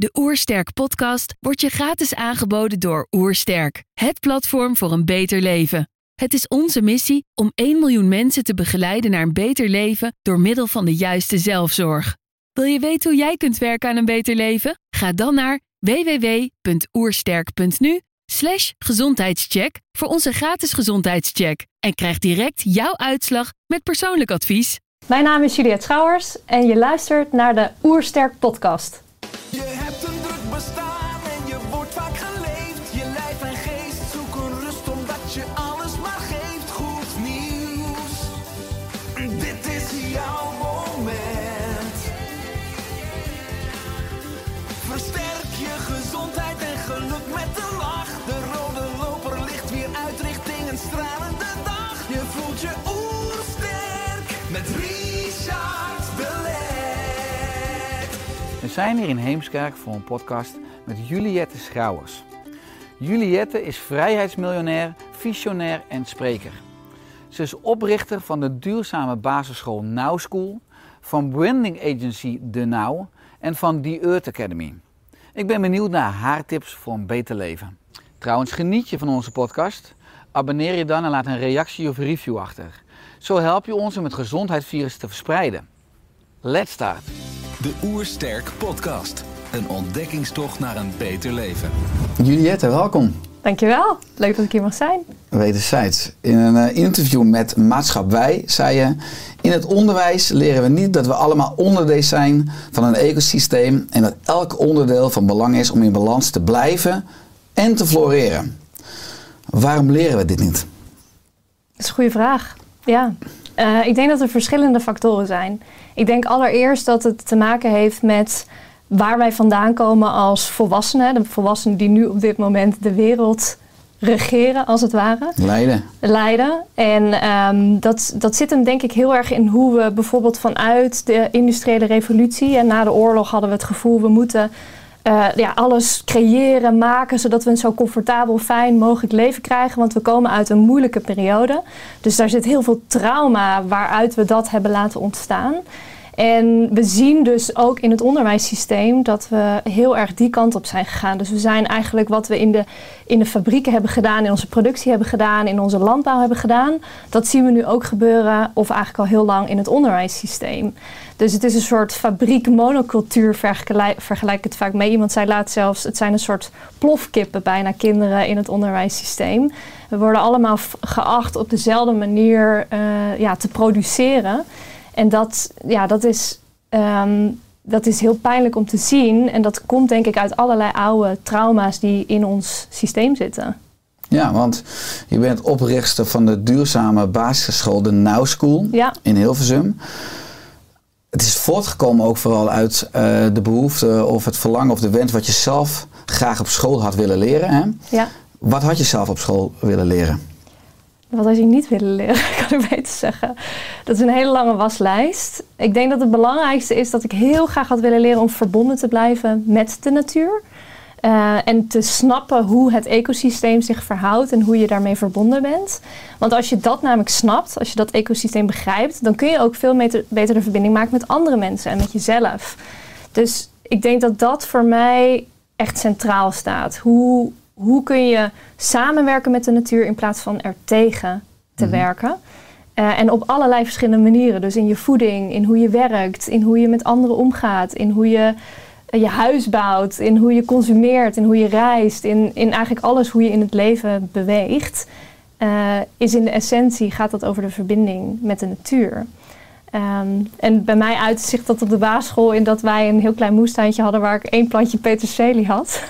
De Oersterk podcast wordt je gratis aangeboden door Oersterk, het platform voor een beter leven. Het is onze missie om 1 miljoen mensen te begeleiden naar een beter leven door middel van de juiste zelfzorg. Wil je weten hoe jij kunt werken aan een beter leven? Ga dan naar www.oersterk.nu/gezondheidscheck voor onze gratis gezondheidscheck en krijg direct jouw uitslag met persoonlijk advies. Mijn naam is Juliette Schouwers en je luistert naar de Oersterk podcast. Je hebt een druk bestaan en je wordt vaak geleefd. Je lijf en geest zoeken rust omdat je alles maar geeft. Goed nieuws, dit is jouw moment. Versterk je gezondheid en geluk met de lach. De rode loper ligt weer uit richting een stralende dag. Je voelt je oersterk met Richard de Laat. We zijn hier in Heemskerk voor een podcast met Juliette Schouwers. Juliette is vrijheidsmiljonair, visionair en spreker. Ze is oprichter van de duurzame basisschool Now School, van branding agency De Now en van The Earth Academy. Ik ben benieuwd naar haar tips voor een beter leven. Trouwens, geniet je van onze podcast? Abonneer je dan en laat een reactie of review achter. Zo help je ons om het gezondheidsvirus te verspreiden. Let's start! De Oersterk podcast. Een ontdekkingstocht naar een beter leven. Juliette, welkom. Dankjewel, leuk dat ik hier mag zijn. Wederzijds. In een interview met Maatschap Wij zei je: in het onderwijs leren we niet dat we allemaal onderdeel zijn van een ecosysteem en dat elk onderdeel van belang is om in balans te blijven en te floreren. Waarom leren we dit niet? Dat is een goede vraag. Ja, ik denk dat er verschillende factoren zijn. Ik denk allereerst dat het te maken heeft met waar wij vandaan komen als volwassenen. De volwassenen die nu op dit moment de wereld regeren, als het ware. Leiden. En dat zit hem denk ik heel erg in hoe we bijvoorbeeld vanuit de industriële revolutie en na de oorlog hadden we het gevoel we moeten alles creëren, maken, zodat we een zo comfortabel, fijn mogelijk leven krijgen. Want we komen uit een moeilijke periode. Dus daar zit heel veel trauma waaruit we dat hebben laten ontstaan. En we zien dus ook in het onderwijssysteem dat we heel erg die kant op zijn gegaan. Dus we zijn eigenlijk wat we in de fabrieken hebben gedaan, in onze productie hebben gedaan, in onze landbouw hebben gedaan. Dat zien we nu ook gebeuren, of eigenlijk al heel lang in het onderwijssysteem. Dus het is een soort fabriek-monocultuur, vergelijk het vaak mee. Iemand zei laatst zelfs, het zijn een soort plofkippen bijna kinderen in het onderwijssysteem. We worden allemaal geacht op dezelfde manier te produceren. En dat is heel pijnlijk om te zien. En dat komt denk ik uit allerlei oude trauma's die in ons systeem zitten. Ja, want je bent oprichter van de duurzame basisschool de Now School in Hilversum. Het is voortgekomen ook vooral uit de behoefte of het verlangen of de wens wat je zelf graag op school had willen leren. Hè? Ja. Wat had je zelf op school willen leren? Wat had ik niet willen leren, kan ik beter zeggen. Dat is een hele lange waslijst. Ik denk dat het belangrijkste is dat ik heel graag had willen leren om verbonden te blijven met de natuur. En te snappen hoe het ecosysteem zich verhoudt en hoe je daarmee verbonden bent. Want als je dat namelijk snapt, als je dat ecosysteem begrijpt, dan kun je ook veel beter de verbinding maken met andere mensen en met jezelf. Dus ik denk dat dat voor mij echt centraal staat. Hoe kun je samenwerken met de natuur in plaats van er tegen te werken? En op allerlei verschillende manieren. Dus in je voeding, in hoe je werkt, in hoe je met anderen omgaat, in hoe je je huis bouwt, in hoe je consumeert, in hoe je reist, in eigenlijk alles hoe je in het leven beweegt. Is in de essentie gaat dat over de verbinding met de natuur. En bij mij uitte zich dat op de basisschool in dat wij een heel klein moestuintje hadden waar ik 1 plantje peterselie had.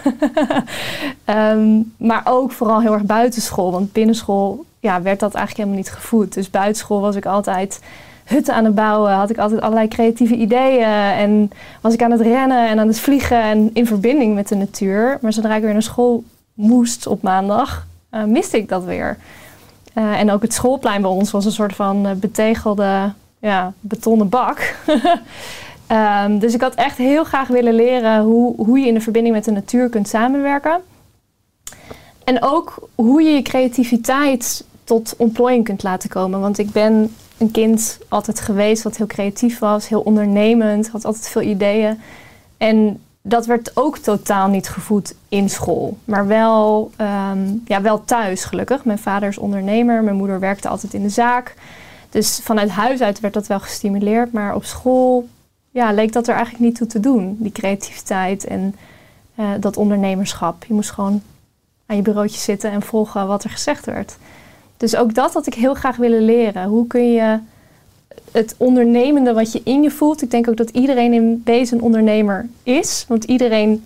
Maar ook vooral heel erg buitenschool, want binnenschool werd dat eigenlijk helemaal niet gevoed. Dus buitenschool was ik altijd hutten aan het bouwen, had ik altijd allerlei creatieve ideeën en was ik aan het rennen en aan het vliegen en in verbinding met de natuur. Maar zodra ik weer naar school moest op maandag, miste ik dat weer. En ook het schoolplein bij ons was een soort van betegelde betonnen bak. Dus ik had echt heel graag willen leren hoe je in de verbinding met de natuur kunt samenwerken. En ook hoe je je creativiteit tot ontplooiing kunt laten komen. Want ik ben een kind altijd geweest wat heel creatief was, heel ondernemend, had altijd veel ideeën. En dat werd ook totaal niet gevoed in school. Maar wel thuis gelukkig. Mijn vader is ondernemer. Mijn moeder werkte altijd in de zaak. Dus vanuit huis uit werd dat wel gestimuleerd. Maar op school leek dat er eigenlijk niet toe te doen. Die creativiteit en dat ondernemerschap. Je moest gewoon aan je bureautje zitten en volgen wat er gezegd werd. Dus ook dat had ik heel graag willen leren. Hoe kun je het ondernemende wat je in je voelt. Ik denk ook dat iedereen in wezen een ondernemer is. Want iedereen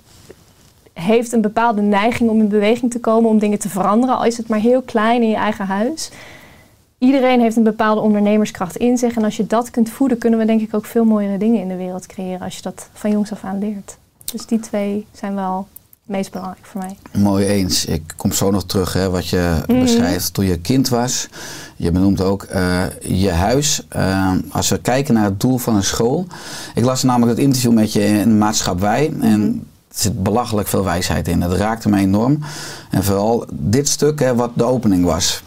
heeft een bepaalde neiging om in beweging te komen. Om dingen te veranderen. Al is het maar heel klein in je eigen huis. Iedereen heeft een bepaalde ondernemerskracht in zich. En als je dat kunt voeden, kunnen we denk ik ook veel mooiere dingen in de wereld creëren. Als je dat van jongs af aan leert. Dus die twee zijn wel het meest belangrijk voor mij. Mooi eens. Ik kom zo nog terug wat je beschrijft toen je kind was. Je benoemt ook je huis. Als we kijken naar het doel van een school. Ik las namelijk het interview met je in Maatschap Wij. En er zit belachelijk veel wijsheid in. Dat raakte me enorm. En vooral dit stuk wat de opening was.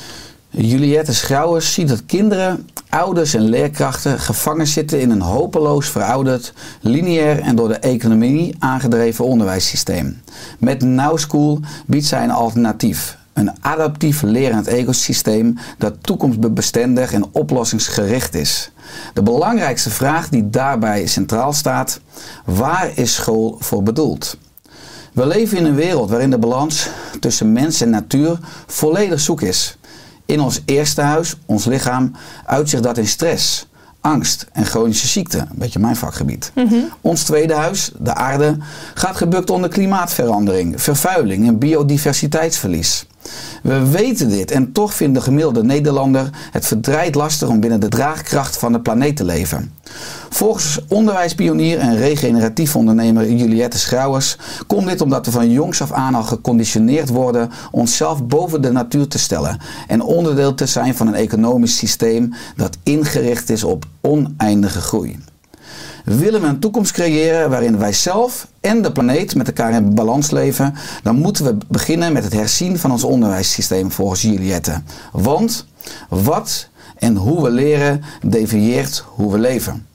Juliette Schrouwers ziet dat kinderen, ouders en leerkrachten gevangen zitten in een hopeloos verouderd, lineair en door de economie aangedreven onderwijssysteem. Met Now School biedt zij een alternatief. Een adaptief lerend ecosysteem dat toekomstbestendig en oplossingsgericht is. De belangrijkste vraag die daarbij centraal staat: waar is school voor bedoeld? We leven in een wereld waarin de balans tussen mens en natuur volledig zoek is. In ons eerste huis, ons lichaam, uitzicht dat in stress, angst en chronische ziekte. Een beetje mijn vakgebied. Ons tweede huis, de aarde, gaat gebukt onder klimaatverandering, vervuiling en biodiversiteitsverlies. We weten dit en toch vindt de gemiddelde Nederlander het verdraaid lastig om binnen de draagkracht van de planeet te leven. Volgens onderwijspionier en regeneratief ondernemer Juliette Schrouwers komt dit omdat we van jongs af aan al geconditioneerd worden onszelf boven de natuur te stellen en onderdeel te zijn van een economisch systeem dat ingericht is op oneindige groei. Willen we een toekomst creëren waarin wij zelf en de planeet met elkaar in balans leven, dan moeten we beginnen met het herzien van ons onderwijssysteem volgens Juliette. Want wat en hoe we leren definieert hoe we leven.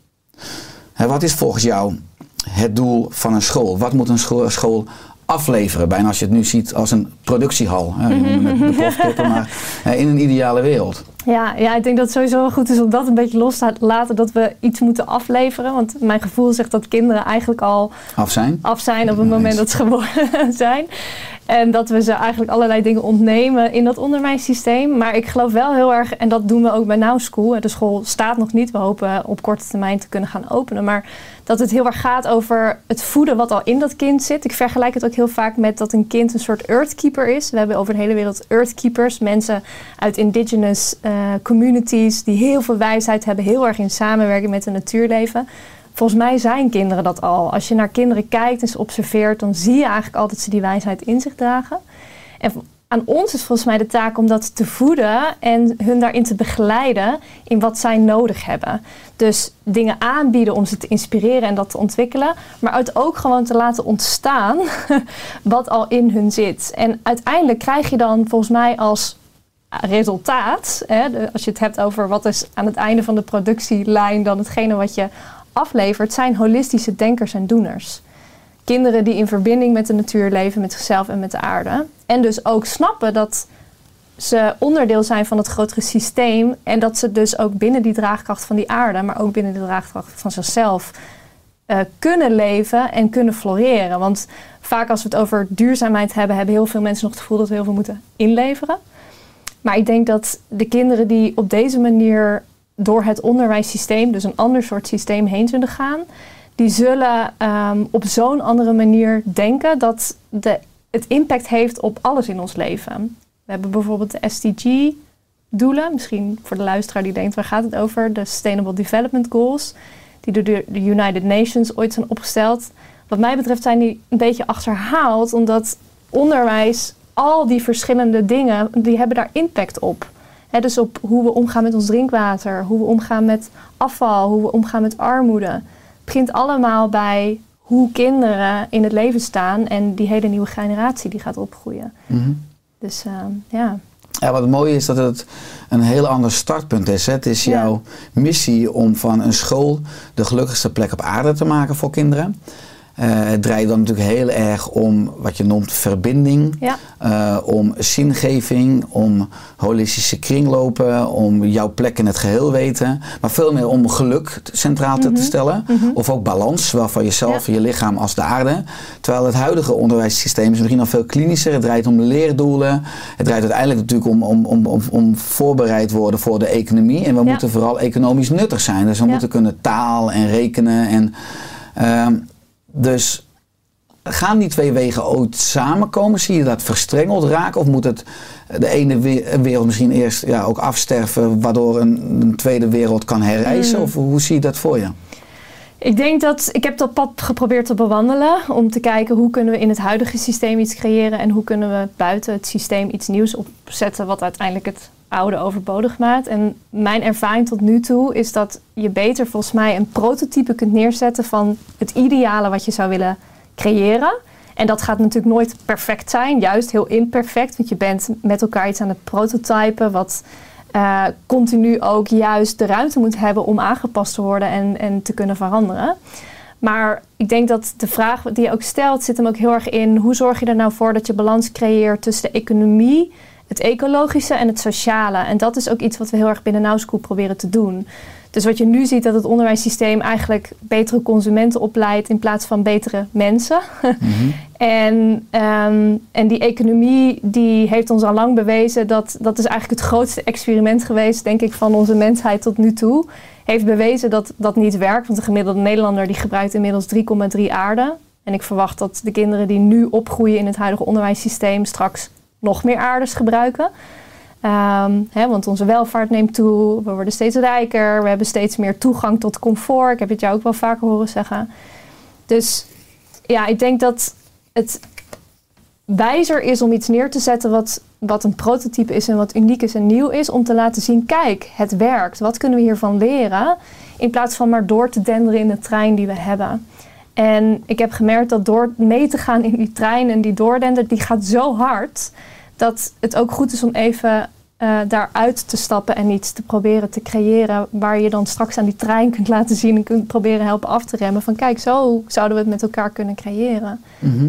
Wat is volgens jou het doel van een school? Wat moet een school afleveren? Bijna als je het nu ziet als een productiehal. Met de plofkippen, maar in een ideale wereld. Ja, ik denk dat het sowieso wel goed is om dat een beetje los te laten. Dat we iets moeten afleveren. Want mijn gevoel zegt dat kinderen eigenlijk al af zijn op het moment dat ze geboren zijn. En dat we ze eigenlijk allerlei dingen ontnemen in dat onderwijssysteem. Maar ik geloof wel heel erg, en dat doen we ook bij Now School. De school staat nog niet. We hopen op korte termijn te kunnen gaan openen. Maar dat het heel erg gaat over het voeden wat al in dat kind zit. Ik vergelijk het ook heel vaak met dat een kind een soort earthkeeper is. We hebben over de hele wereld earthkeepers. Mensen uit indigenous communities die heel veel wijsheid hebben. Heel erg in samenwerking met het natuurleven. Volgens mij zijn kinderen dat al. Als je naar kinderen kijkt en ze observeert, dan zie je eigenlijk al dat ze die wijsheid in zich dragen. En aan ons is volgens mij de taak om dat te voeden en hun daarin te begeleiden in wat zij nodig hebben. Dus dingen aanbieden om ze te inspireren en dat te ontwikkelen. Maar het ook gewoon te laten ontstaan wat al in hun zit. En uiteindelijk krijg je dan volgens mij als resultaat, als je het hebt over wat is aan het einde van de productielijn dan hetgene wat je aflevert, zijn holistische denkers en doeners. Kinderen die in verbinding met de natuur leven, met zichzelf en met de aarde. En dus ook snappen dat ze onderdeel zijn van het grotere systeem. En dat ze dus ook binnen die draagkracht van die aarde, maar ook binnen de draagkracht van zichzelf kunnen leven en kunnen floreren. Want vaak als we het over duurzaamheid hebben heel veel mensen nog het gevoel dat we heel veel moeten inleveren. Maar ik denk dat de kinderen die op deze manier door het onderwijssysteem, dus een ander soort systeem heen zullen gaan, die zullen op zo'n andere manier denken dat het impact heeft op alles in ons leven. We hebben bijvoorbeeld de SDG-doelen, misschien voor de luisteraar die denkt, waar gaat het over? De Sustainable Development Goals, die door de United Nations ooit zijn opgesteld. Wat mij betreft zijn die een beetje achterhaald, omdat onderwijs, al die verschillende dingen, die hebben daar impact op. Dus op hoe we omgaan met ons drinkwater, hoe we omgaan met afval, hoe we omgaan met armoede. Het begint allemaal bij hoe kinderen in het leven staan en die hele nieuwe generatie die gaat opgroeien. Dus ja. Ja, wat mooi is dat het een heel ander startpunt is. Het is jouw missie om van een school de gelukkigste plek op aarde te maken voor kinderen. Het draait dan natuurlijk heel erg om wat je noemt verbinding, om zingeving, om holistische kringlopen, om jouw plek in het geheel weten. Maar veel meer om geluk centraal te stellen. Of ook balans, zowel van jezelf, je lichaam als de aarde. Terwijl het huidige onderwijssysteem is misschien nog veel klinischer. Het draait om leerdoelen. Het draait uiteindelijk natuurlijk om voorbereid worden voor de economie. En we moeten vooral economisch nuttig zijn. Dus we moeten kunnen taal en rekenen. Dus gaan die twee wegen ooit samenkomen? Zie je dat verstrengeld raken? Of moet het de ene wereld misschien eerst ook afsterven, waardoor een tweede wereld kan herrijzen? Of hoe zie je dat voor je? Ik denk ik heb dat pad geprobeerd te bewandelen om te kijken hoe kunnen we in het huidige systeem iets creëren en hoe kunnen we buiten het systeem iets nieuws opzetten wat uiteindelijk het oude overbodig maakt. En mijn ervaring tot nu toe is dat je beter volgens mij een prototype kunt neerzetten van het ideale wat je zou willen creëren. En dat gaat natuurlijk nooit perfect zijn, juist heel imperfect, want je bent met elkaar iets aan het prototypen wat continu ook juist de ruimte moet hebben om aangepast te worden en te kunnen veranderen. Maar ik denk dat de vraag die je ook stelt zit hem ook heel erg in hoe zorg je er nou voor dat je balans creëert tussen de economie, het ecologische en het sociale. En dat is ook iets wat we heel erg binnen Now School proberen te doen. Dus wat je nu ziet, dat het onderwijssysteem eigenlijk betere consumenten opleidt in plaats van betere mensen. En die economie die heeft ons al lang bewezen dat is eigenlijk het grootste experiment geweest, denk ik, van onze mensheid tot nu toe. Heeft bewezen dat dat niet werkt, want de gemiddelde Nederlander die gebruikt inmiddels 3,3 aarde. En ik verwacht dat de kinderen die nu opgroeien in het huidige onderwijssysteem straks nog meer aardes gebruiken. Want onze welvaart neemt toe, we worden steeds rijker, we hebben steeds meer toegang tot comfort. Ik heb het jou ook wel vaker horen zeggen. Dus ja, ik denk dat het wijzer is om iets neer te zetten wat een prototype is en wat uniek is en nieuw is, om te laten zien, kijk, het werkt. Wat kunnen we hiervan leren? In plaats van maar door te denderen in de trein die we hebben. En ik heb gemerkt dat door mee te gaan in die trein en die doordender, die gaat zo hard, dat het ook goed is om even daaruit te stappen en iets te proberen te creëren waar je dan straks aan die trein kunt laten zien en kunt proberen helpen af te remmen. Van kijk, zo zouden we het met elkaar kunnen creëren.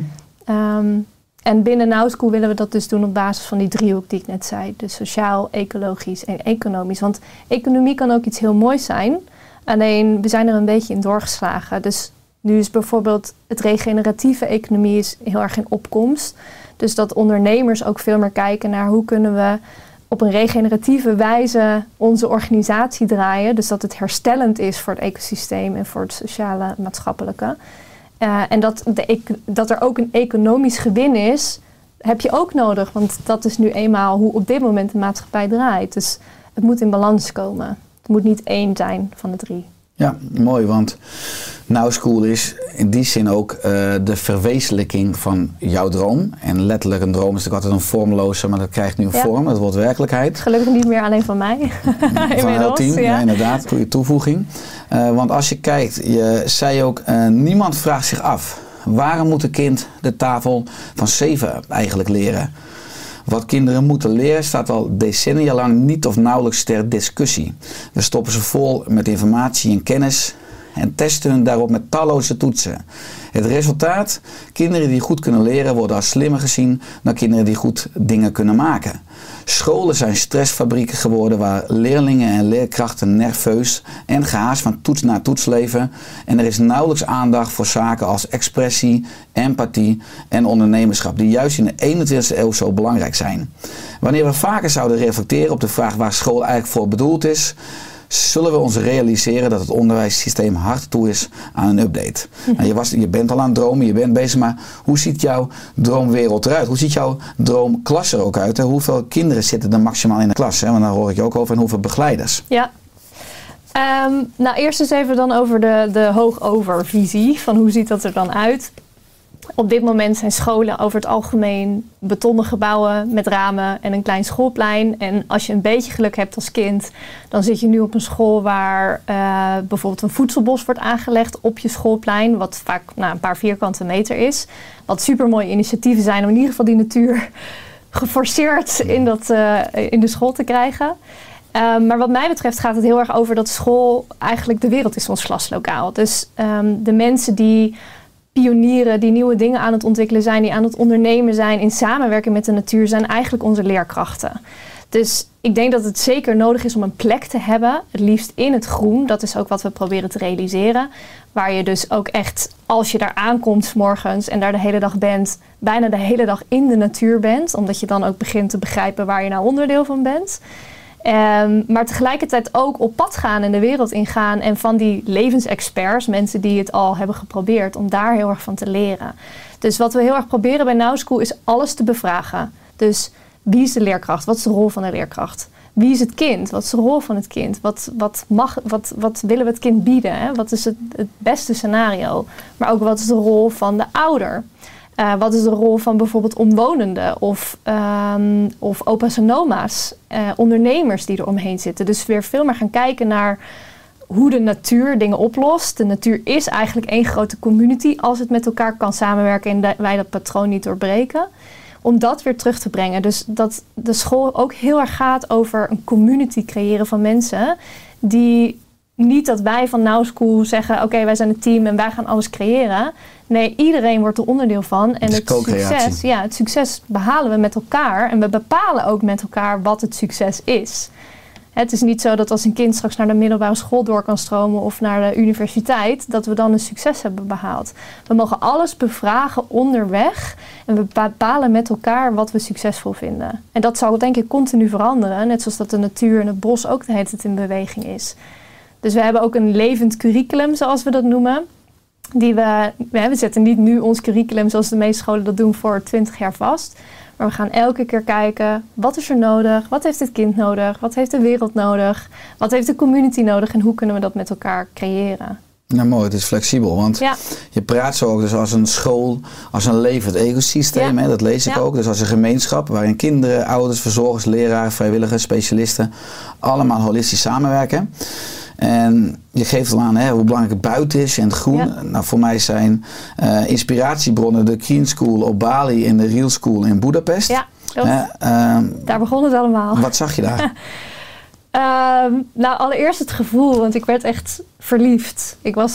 En binnen Now School willen we dat dus doen op basis van die driehoek die ik net zei. Dus sociaal, ecologisch en economisch. Want economie kan ook iets heel moois zijn. Alleen we zijn er een beetje in doorgeslagen. Dus nu is bijvoorbeeld het regeneratieve economie is heel erg in opkomst. Dus dat ondernemers ook veel meer kijken naar hoe kunnen we op een regeneratieve wijze onze organisatie draaien. Dus dat het herstellend is voor het ecosysteem en voor het sociale maatschappelijke. En dat er ook een economisch gewin is, heb je ook nodig. Want dat is nu eenmaal hoe op dit moment de maatschappij draait. Dus het moet in balans komen. Het moet niet één zijn van de drie. Ja, mooi, want Now School is in die zin ook de verwezenlijking van jouw droom. En letterlijk een droom is natuurlijk altijd een vormloze, maar dat krijgt nu een vorm, dat wordt werkelijkheid. Gelukkig niet meer alleen van mij. Van het team, ja inderdaad, goede toevoeging. Want als je kijkt, je zei ook, niemand vraagt zich af, waarom moet een kind de tafel van 7 eigenlijk leren? Wat kinderen moeten leren staat al decennia lang niet of nauwelijks ter discussie. We stoppen ze vol met informatie en kennis en testen hun daarop met talloze toetsen. Het resultaat? Kinderen die goed kunnen leren worden als slimmer gezien dan kinderen die goed dingen kunnen maken. Scholen zijn stressfabrieken geworden waar leerlingen en leerkrachten nerveus en gehaast van toets naar toets leven. En er is nauwelijks aandacht voor zaken als expressie, empathie en ondernemerschap die juist in de 21e eeuw zo belangrijk zijn. Wanneer we vaker zouden reflecteren op de vraag waar school eigenlijk voor bedoeld is, zullen we ons realiseren dat het onderwijssysteem hard toe is aan een update. Nou, je bent al aan het dromen, je bent bezig, maar hoe ziet jouw droomwereld eruit? Hoe ziet jouw droomklas er ook uit? Hè? Hoeveel kinderen zitten er maximaal in de klas? Hè? Want daar hoor ik je ook over. En hoeveel begeleiders? Ja. Nou, eerst eens even dan over de hoogovervisie. Van hoe ziet dat er dan uit? Op dit moment zijn scholen over het algemeen betonnen gebouwen met ramen en een klein schoolplein. En als je een beetje geluk hebt als kind, dan zit je nu op een school waar bijvoorbeeld een voedselbos wordt aangelegd op je schoolplein. Wat vaak een paar vierkante meter is. Wat supermooie initiatieven zijn om in ieder geval die natuur geforceerd in de school te krijgen. Maar wat mij betreft gaat het heel erg over dat school eigenlijk de wereld is ons klaslokaal. Dus de mensen die pionieren die nieuwe dingen aan het ontwikkelen zijn, die aan het ondernemen zijn in samenwerking met de natuur, zijn eigenlijk onze leerkrachten. Dus ik denk dat het zeker nodig is om een plek te hebben, het liefst in het groen. Dat is ook wat we proberen te realiseren. Waar je dus ook echt, als je daar aankomt 's morgens en daar de hele dag bent, bijna de hele dag in de natuur bent. Omdat je dan ook begint te begrijpen waar je nou onderdeel van bent. Maar tegelijkertijd ook op pad gaan en de wereld ingaan. En van die levensexperts, mensen die het al hebben geprobeerd, om daar heel erg van te leren. Dus wat we heel erg proberen bij Now School is alles te bevragen. Dus wie is de leerkracht? Wat is de rol van de leerkracht? Wie is het kind? Wat is de rol van het kind? Wat willen we het kind bieden? Hè? Wat is het beste scenario? Maar ook wat is de rol van de ouder? Wat is de rol van bijvoorbeeld omwonenden of opa's en oma's? Ondernemers die er omheen zitten. Dus weer veel meer gaan kijken naar hoe de natuur dingen oplost. De natuur is eigenlijk één grote community als het met elkaar kan samenwerken en wij dat patroon niet doorbreken. Om dat weer terug te brengen. Dus dat de school ook heel erg gaat over een community creëren van mensen. Die niet dat wij van Now School zeggen, oké, wij zijn een team en wij gaan alles creëren. Nee, iedereen wordt er onderdeel van. En het succes behalen we met elkaar. En we bepalen ook met elkaar wat het succes is. Het is niet zo dat als een kind straks naar de middelbare school door kan stromen of naar de universiteit, dat we dan een succes hebben behaald. We mogen alles bevragen onderweg en we bepalen met elkaar wat we succesvol vinden. En dat zal denk ik continu veranderen, net zoals dat de natuur en het bos ook de hele tijd in beweging is. Dus we hebben ook een levend curriculum, zoals we dat noemen. We zetten niet nu ons curriculum zoals de meeste scholen dat doen voor 20 jaar vast. Maar we gaan elke keer kijken, wat is er nodig? Wat heeft het kind nodig? Wat heeft de wereld nodig? Wat heeft de community nodig? En hoe kunnen we dat met elkaar creëren? Nou mooi, het is flexibel, want je praat zo ook dus als een school, als een levend ecosysteem, hè, dat lees ik ook. Dus als een gemeenschap waarin kinderen, ouders, verzorgers, leraren, vrijwilligers, specialisten allemaal holistisch samenwerken. En je geeft wel aan hoe belangrijk het buiten is en het groen. Ja. Nou, voor mij zijn inspiratiebronnen de Green School op Bali en de Real School in Budapest. Ja, daar begon het allemaal. Wat zag je daar? Nou, allereerst het gevoel, want ik werd echt verliefd.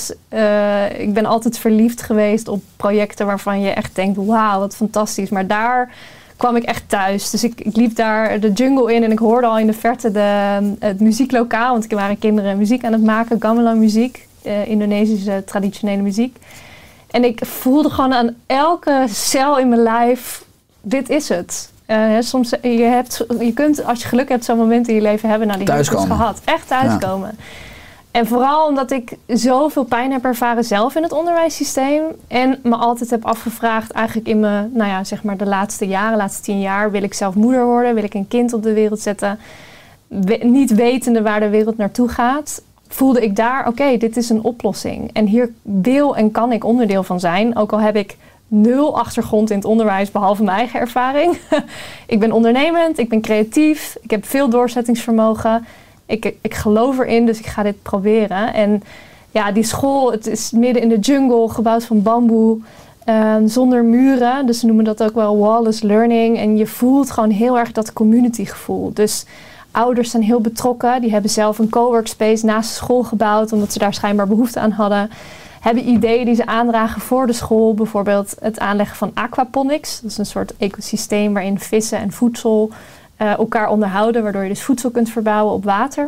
Ik ben altijd verliefd geweest op projecten waarvan je echt denkt, wauw, wat fantastisch. Maar daar kwam ik echt thuis. Dus ik liep daar de jungle in en ik hoorde al in de verte het muzieklokaal. Want er waren kinderen muziek aan het maken, gamelan muziek, Indonesische traditionele muziek. En ik voelde gewoon aan elke cel in mijn lijf, dit is het. Soms, je kunt, als je geluk hebt, zo'n moment in je leven hebben. Nou, die heb ik dus gehad. Echt thuiskomen. Ja. En vooral omdat ik zoveel pijn heb ervaren zelf in het onderwijssysteem. En me altijd heb afgevraagd, eigenlijk in mijn, de laatste 10 jaar, wil ik zelf moeder worden? Wil ik een kind op de wereld zetten? Niet wetende waar de wereld naartoe gaat, voelde ik daar, oké, dit is een oplossing. En hier wil en kan ik onderdeel van zijn. Ook al heb ik 0 achtergrond in het onderwijs, behalve mijn eigen ervaring. Ik ben ondernemend, ik ben creatief, ik heb veel doorzettingsvermogen. Ik geloof erin, dus ik ga dit proberen. En ja, die school, het is midden in de jungle, gebouwd van bamboe, zonder muren. Dus ze noemen dat ook wel wall-less learning. En je voelt gewoon heel erg dat community gevoel. Dus ouders zijn heel betrokken. Die hebben zelf een coworkspace naast de school gebouwd, omdat ze daar schijnbaar behoefte aan hadden. Hebben ideeën die ze aandragen voor de school. Bijvoorbeeld het aanleggen van aquaponics. Dat is een soort ecosysteem waarin vissen en voedsel elkaar onderhouden, waardoor je dus voedsel kunt verbouwen op water.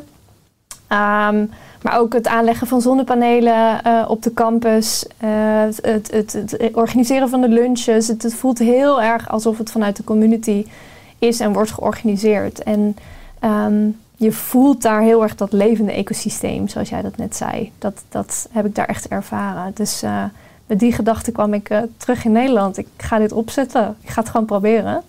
Maar ook het aanleggen van zonnepanelen op de campus. Het organiseren van de lunches. Het voelt heel erg alsof het vanuit de community is en wordt georganiseerd. En je voelt daar heel erg dat levende ecosysteem, zoals jij dat net zei. Dat heb ik daar echt ervaren. Dus met die gedachte kwam ik terug in Nederland. Ik ga dit opzetten. Ik ga het gewoon proberen.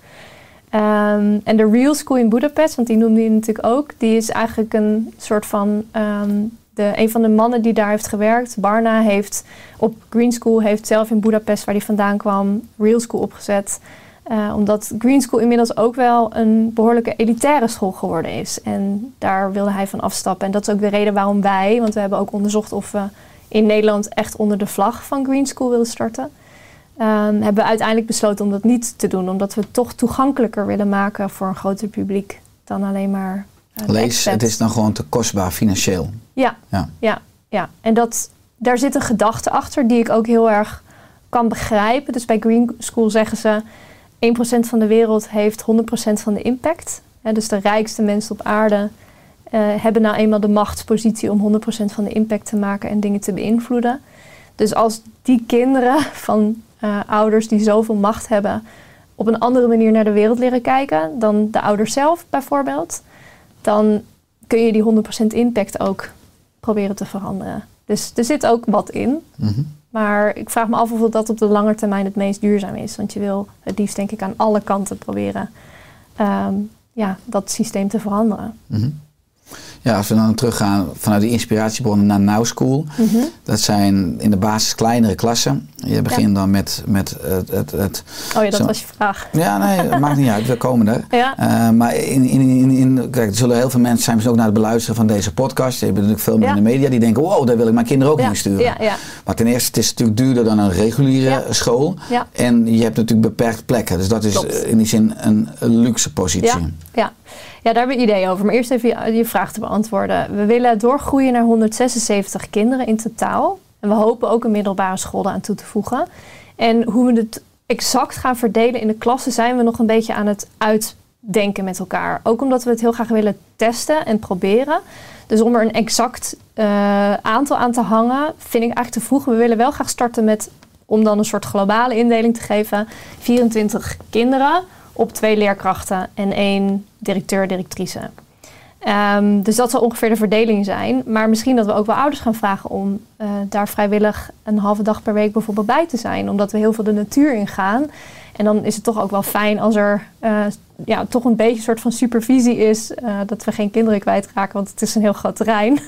En de Real School in Budapest, want die noemde je natuurlijk ook, die is eigenlijk een soort van een van de mannen die daar heeft gewerkt, Barna, heeft op Green School, heeft zelf in Budapest, waar hij vandaan kwam, Real School opgezet. Omdat Green School inmiddels ook wel een behoorlijke elitaire school geworden is. En daar wilde hij van afstappen. En dat is ook de reden waarom wij, want we hebben ook onderzocht of we in Nederland echt onder de vlag van Green School wilden starten. Hebben we uiteindelijk besloten om dat niet te doen. Omdat we het toch toegankelijker willen maken voor een groter publiek dan alleen maar het is dan gewoon te kostbaar financieel. Ja. En daar zit een gedachte achter die ik ook heel erg kan begrijpen. Dus bij Green School zeggen ze 1% van de wereld heeft 100% van de impact. Dus de rijkste mensen op aarde hebben nou eenmaal de machtspositie om 100% van de impact te maken en dingen te beïnvloeden. Dus als die kinderen van ouders die zoveel macht hebben op een andere manier naar de wereld leren kijken dan de ouders zelf bijvoorbeeld, dan kun je die 100% impact ook proberen te veranderen. Dus er zit ook wat in. Mm-hmm. Maar ik vraag me af of dat op de lange termijn het meest duurzaam is. Want je wil het liefst denk ik aan alle kanten proberen dat systeem te veranderen. Mm-hmm. Ja, als we dan teruggaan vanuit die inspiratiebronnen naar Now School. Mm-hmm. Dat zijn in de basis kleinere klassen. Je begint dan met het... Oh ja, dat was je vraag. Ja, nee, maakt niet uit. We komen er. Ja. Maar kijk, er zullen heel veel mensen zijn misschien ook naar het beluisteren van deze podcast. Je hebt natuurlijk veel meer in de media die denken, wow, daar wil ik mijn kinderen ook in sturen. Ja, ja. Maar ten eerste, het is natuurlijk duurder dan een reguliere school. Ja. En je hebt natuurlijk beperkte plekken. Dus dat is in die zin een luxe positie. Ja, daar hebben we een idee over. Maar eerst even je vraag te beantwoorden. We willen doorgroeien naar 176 kinderen in totaal. En we hopen ook een middelbare school eraan toe te voegen. En hoe we het exact gaan verdelen in de klassen zijn we nog een beetje aan het uitdenken met elkaar. Ook omdat we het heel graag willen testen en proberen. Dus om er een exact aantal aan te hangen, vind ik eigenlijk te vroeg. We willen wel graag starten met, om dan een soort globale indeling te geven, 24 kinderen op 2 leerkrachten en 1 directeur-directrice. Dus dat zal ongeveer de verdeling zijn. Maar misschien dat we ook wel ouders gaan vragen om daar vrijwillig een halve dag per week bijvoorbeeld bij te zijn. Omdat we heel veel de natuur ingaan. En dan is het toch ook wel fijn als er toch een beetje een soort van supervisie is. Dat we geen kinderen kwijtraken, want het is een heel groot terrein.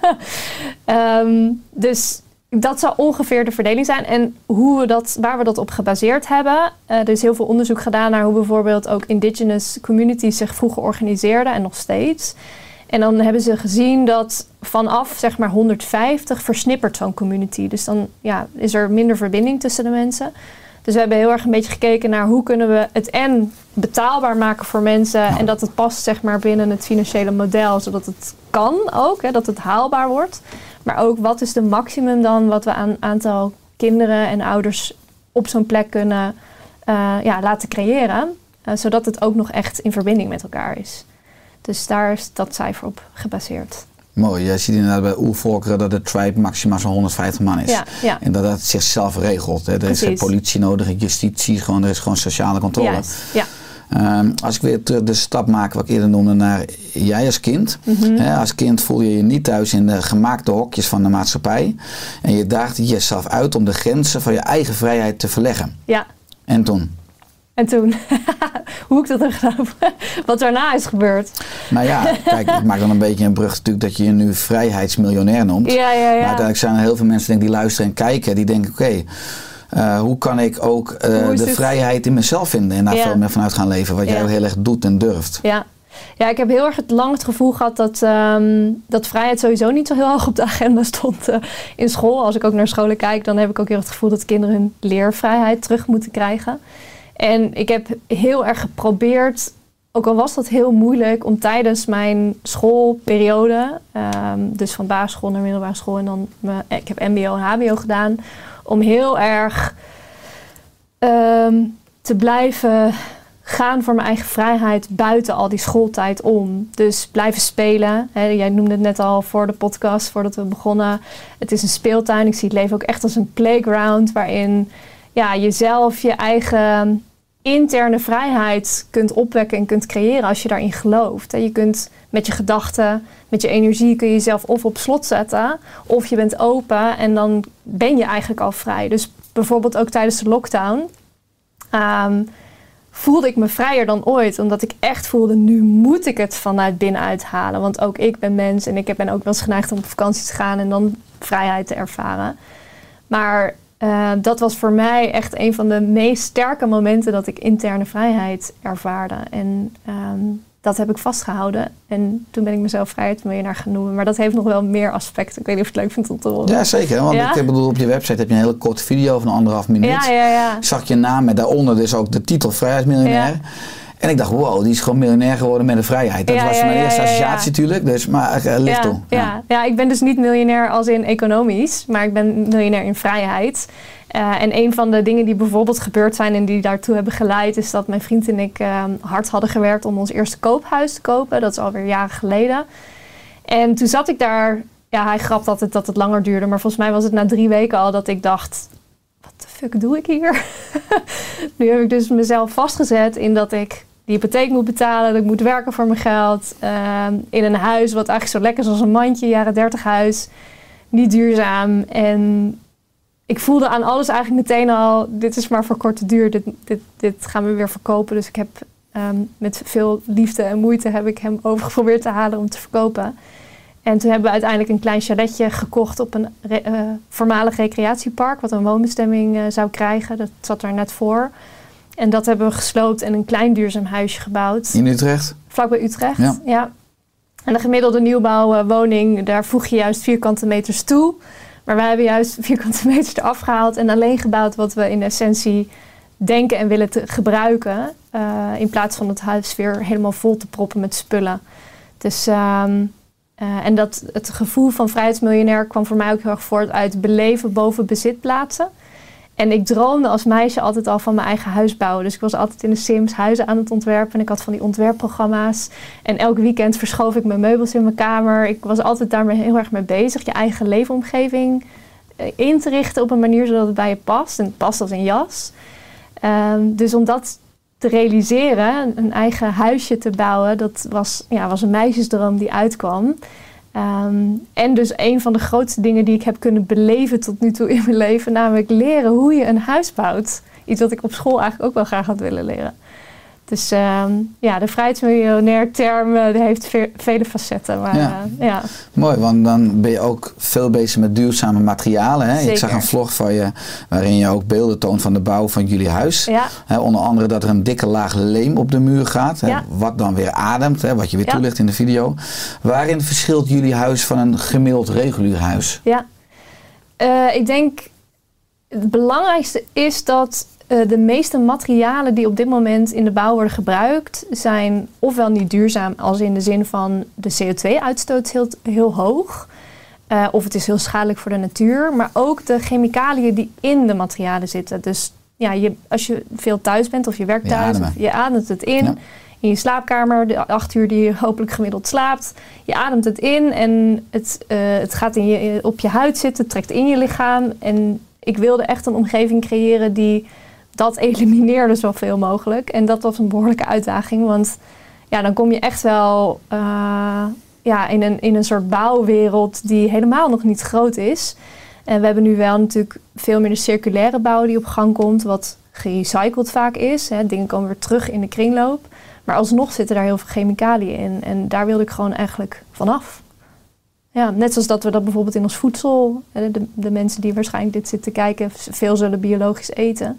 Dus dat zal ongeveer de verdeling zijn. En waar we dat op gebaseerd hebben. Er is heel veel onderzoek gedaan naar hoe bijvoorbeeld ook indigenous communities zich vroeger organiseerden en nog steeds. En dan hebben ze gezien dat vanaf zeg maar 150 versnippert zo'n community. Dus dan is er minder verbinding tussen de mensen. Dus we hebben heel erg een beetje gekeken naar hoe kunnen we het en betaalbaar maken voor mensen. En dat het past zeg maar binnen het financiële model. Zodat het kan ook, dat het haalbaar wordt. Maar ook wat is de maximum dan wat we aan aantal kinderen en ouders op zo'n plek kunnen laten creëren. Zodat het ook nog echt in verbinding met elkaar is. Dus daar is dat cijfer op gebaseerd. Mooi, je ziet inderdaad bij oervolkeren dat de tribe maximaal zo'n 150 man is. Ja. En dat het zichzelf regelt. Hè. Er is geen politie nodig, justitie, er is gewoon sociale controle. Juist, ja. Als ik weer de stap maak wat ik eerder noemde naar jij als kind. Mm-hmm. Als kind voel je je niet thuis in de gemaakte hokjes van de maatschappij. En je daagt jezelf uit om de grenzen van je eigen vrijheid te verleggen. Ja. En toen? Hoe ik dat heb gedaan, wat daarna is gebeurd. Nou ja, kijk, ik maak dan een beetje een brug natuurlijk dat je nu vrijheidsmiljonair noemt. Ja. Maar uiteindelijk zijn er heel veel mensen die luisteren en kijken. Die denken, oké, hoe kan ik ook de vrijheid in mezelf vinden en daar veel meer vanuit gaan leven. Wat jij ook heel erg doet en durft. Ja, ik heb heel erg lang het gevoel gehad dat vrijheid sowieso niet zo heel hoog op de agenda stond in school. Als ik ook naar scholen kijk, dan heb ik ook heel het gevoel dat kinderen hun leervrijheid terug moeten krijgen. En ik heb heel erg geprobeerd, ook al was dat heel moeilijk, om tijdens mijn schoolperiode, dus van basisschool naar middelbare school en dan, ik heb mbo en hbo gedaan, om heel erg te blijven gaan voor mijn eigen vrijheid buiten al die schooltijd om. Dus blijven spelen. Jij noemde het net al voor de podcast, voordat we begonnen. Het is een speeltuin. Ik zie het leven ook echt als een playground waarin jezelf je eigen interne vrijheid kunt opwekken en kunt creëren als je daarin gelooft. Je kunt met je gedachten, met je energie kun je jezelf of op slot zetten of je bent open en dan ben je eigenlijk al vrij. Dus bijvoorbeeld ook tijdens de lockdown voelde ik me vrijer dan ooit. Omdat ik echt voelde, nu moet ik het vanuit binnenuit halen. Want ook ik ben mens en ik ben ook wel eens geneigd om op vakantie te gaan en dan vrijheid te ervaren. Maar dat was voor mij echt een van de meest sterke momenten dat ik interne vrijheid ervaarde. En dat heb ik vastgehouden. En toen ben ik mezelf vrijheidsmiljonair gaan noemen. Maar dat heeft nog wel meer aspecten. Ik weet niet of je het leuk vindt om te horen. Ja, zeker. Want ik bedoel, op je website heb je een hele korte video van 1,5 minuut. Ja. Zag je naam met daaronder dus ook de titel Vrijheidsmiljonair. Ja. En ik dacht, wow, die is gewoon miljonair geworden met een vrijheid. Dat was mijn eerste associatie natuurlijk. Dus, maar licht toe. Ja, ik ben dus niet miljonair als in economisch. Maar ik ben miljonair in vrijheid. En een van de dingen die bijvoorbeeld gebeurd zijn en die daartoe hebben geleid, is dat mijn vriend en ik hard hadden gewerkt om ons eerste koophuis te kopen. Dat is alweer jaren geleden. En toen zat ik daar, hij grapt altijd dat het langer duurde, maar volgens mij was het na 3 weken al dat ik dacht, wat de fuck doe ik hier? Nu heb ik dus mezelf vastgezet in dat ik die hypotheek moet betalen, dat ik moet werken voor mijn geld. In een huis wat eigenlijk zo lekker is als een mandje, jaren 30 huis. Niet duurzaam. En ik voelde aan alles eigenlijk meteen al, dit is maar voor korte duur. Dit gaan we weer verkopen. Dus ik heb met veel liefde en moeite heb ik hem overgeprobeerd te halen om te verkopen. En toen hebben we uiteindelijk een klein chaletje gekocht op een voormalig recreatiepark, wat een woonbestemming zou krijgen. Dat zat er net voor. En dat hebben we gesloopt en een klein duurzaam huisje gebouwd. In Utrecht? Vlakbij Utrecht, ja. En de gemiddelde nieuwbouwwoning, daar voeg je juist vierkante meters toe. Maar wij hebben juist vierkante meters eraf gehaald en alleen gebouwd wat we in essentie denken en willen te gebruiken. In plaats van het huis weer helemaal vol te proppen met spullen. Dus, en het gevoel van vrijheidsmiljonair kwam voor mij ook heel erg voort uit beleven boven bezitplaatsen. En ik droomde als meisje altijd al van mijn eigen huis bouwen. Dus ik was altijd in de Sims huizen aan het ontwerpen. En ik had van die ontwerpprogramma's. En elk weekend verschoof ik mijn meubels in mijn kamer. Ik was altijd daarmee heel erg mee bezig. Je eigen leefomgeving in te richten op een manier zodat het bij je past. En het past als een jas. Dus om dat te realiseren, een eigen huisje te bouwen, dat was een meisjesdroom die uitkwam. En dus een van de grootste dingen die ik heb kunnen beleven tot nu toe in mijn leven, namelijk leren hoe je een huis bouwt. Iets wat ik op school eigenlijk ook wel graag had willen leren. Dus de vrijheidsmiljonair term heeft vele facetten. Maar, Mooi, want dan ben je ook veel bezig met duurzame materialen. Hè? Ik zag een vlog van je waarin je ook beelden toont van de bouw van jullie huis. Ja. Onder andere dat er een dikke laag leem op de muur gaat. Hè? Wat dan weer ademt, hè? Wat je weer toelicht in de video. Waarin verschilt jullie huis van een gemiddeld regulier huis? Ja, ik denk het belangrijkste is dat de meeste materialen die op dit moment in de bouw worden gebruikt zijn ofwel niet duurzaam als in de zin van de CO2-uitstoot heel hoog. Of het is heel schadelijk voor de natuur. Maar ook de chemicaliën die in de materialen zitten. Dus als je veel thuis bent of je werkt thuis, je ademt het in. Ja. In je slaapkamer, de 8 uur die je hopelijk gemiddeld slaapt. Je ademt het in en het gaat op je huid zitten, trekt in je lichaam. En ik wilde echt een omgeving creëren die dat elimineerde zoveel mogelijk. En dat was een behoorlijke uitdaging. Want dan kom je echt wel in een soort bouwwereld die helemaal nog niet groot is. En we hebben nu wel natuurlijk veel meer de circulaire bouw die op gang komt. Wat gerecycled vaak is. Hè. Dingen komen weer terug in de kringloop. Maar alsnog zitten daar heel veel chemicaliën in. En daar wilde ik gewoon eigenlijk vanaf. Ja, net zoals dat we dat bijvoorbeeld in ons voedsel. De mensen die waarschijnlijk dit zitten kijken, veel zullen biologisch eten.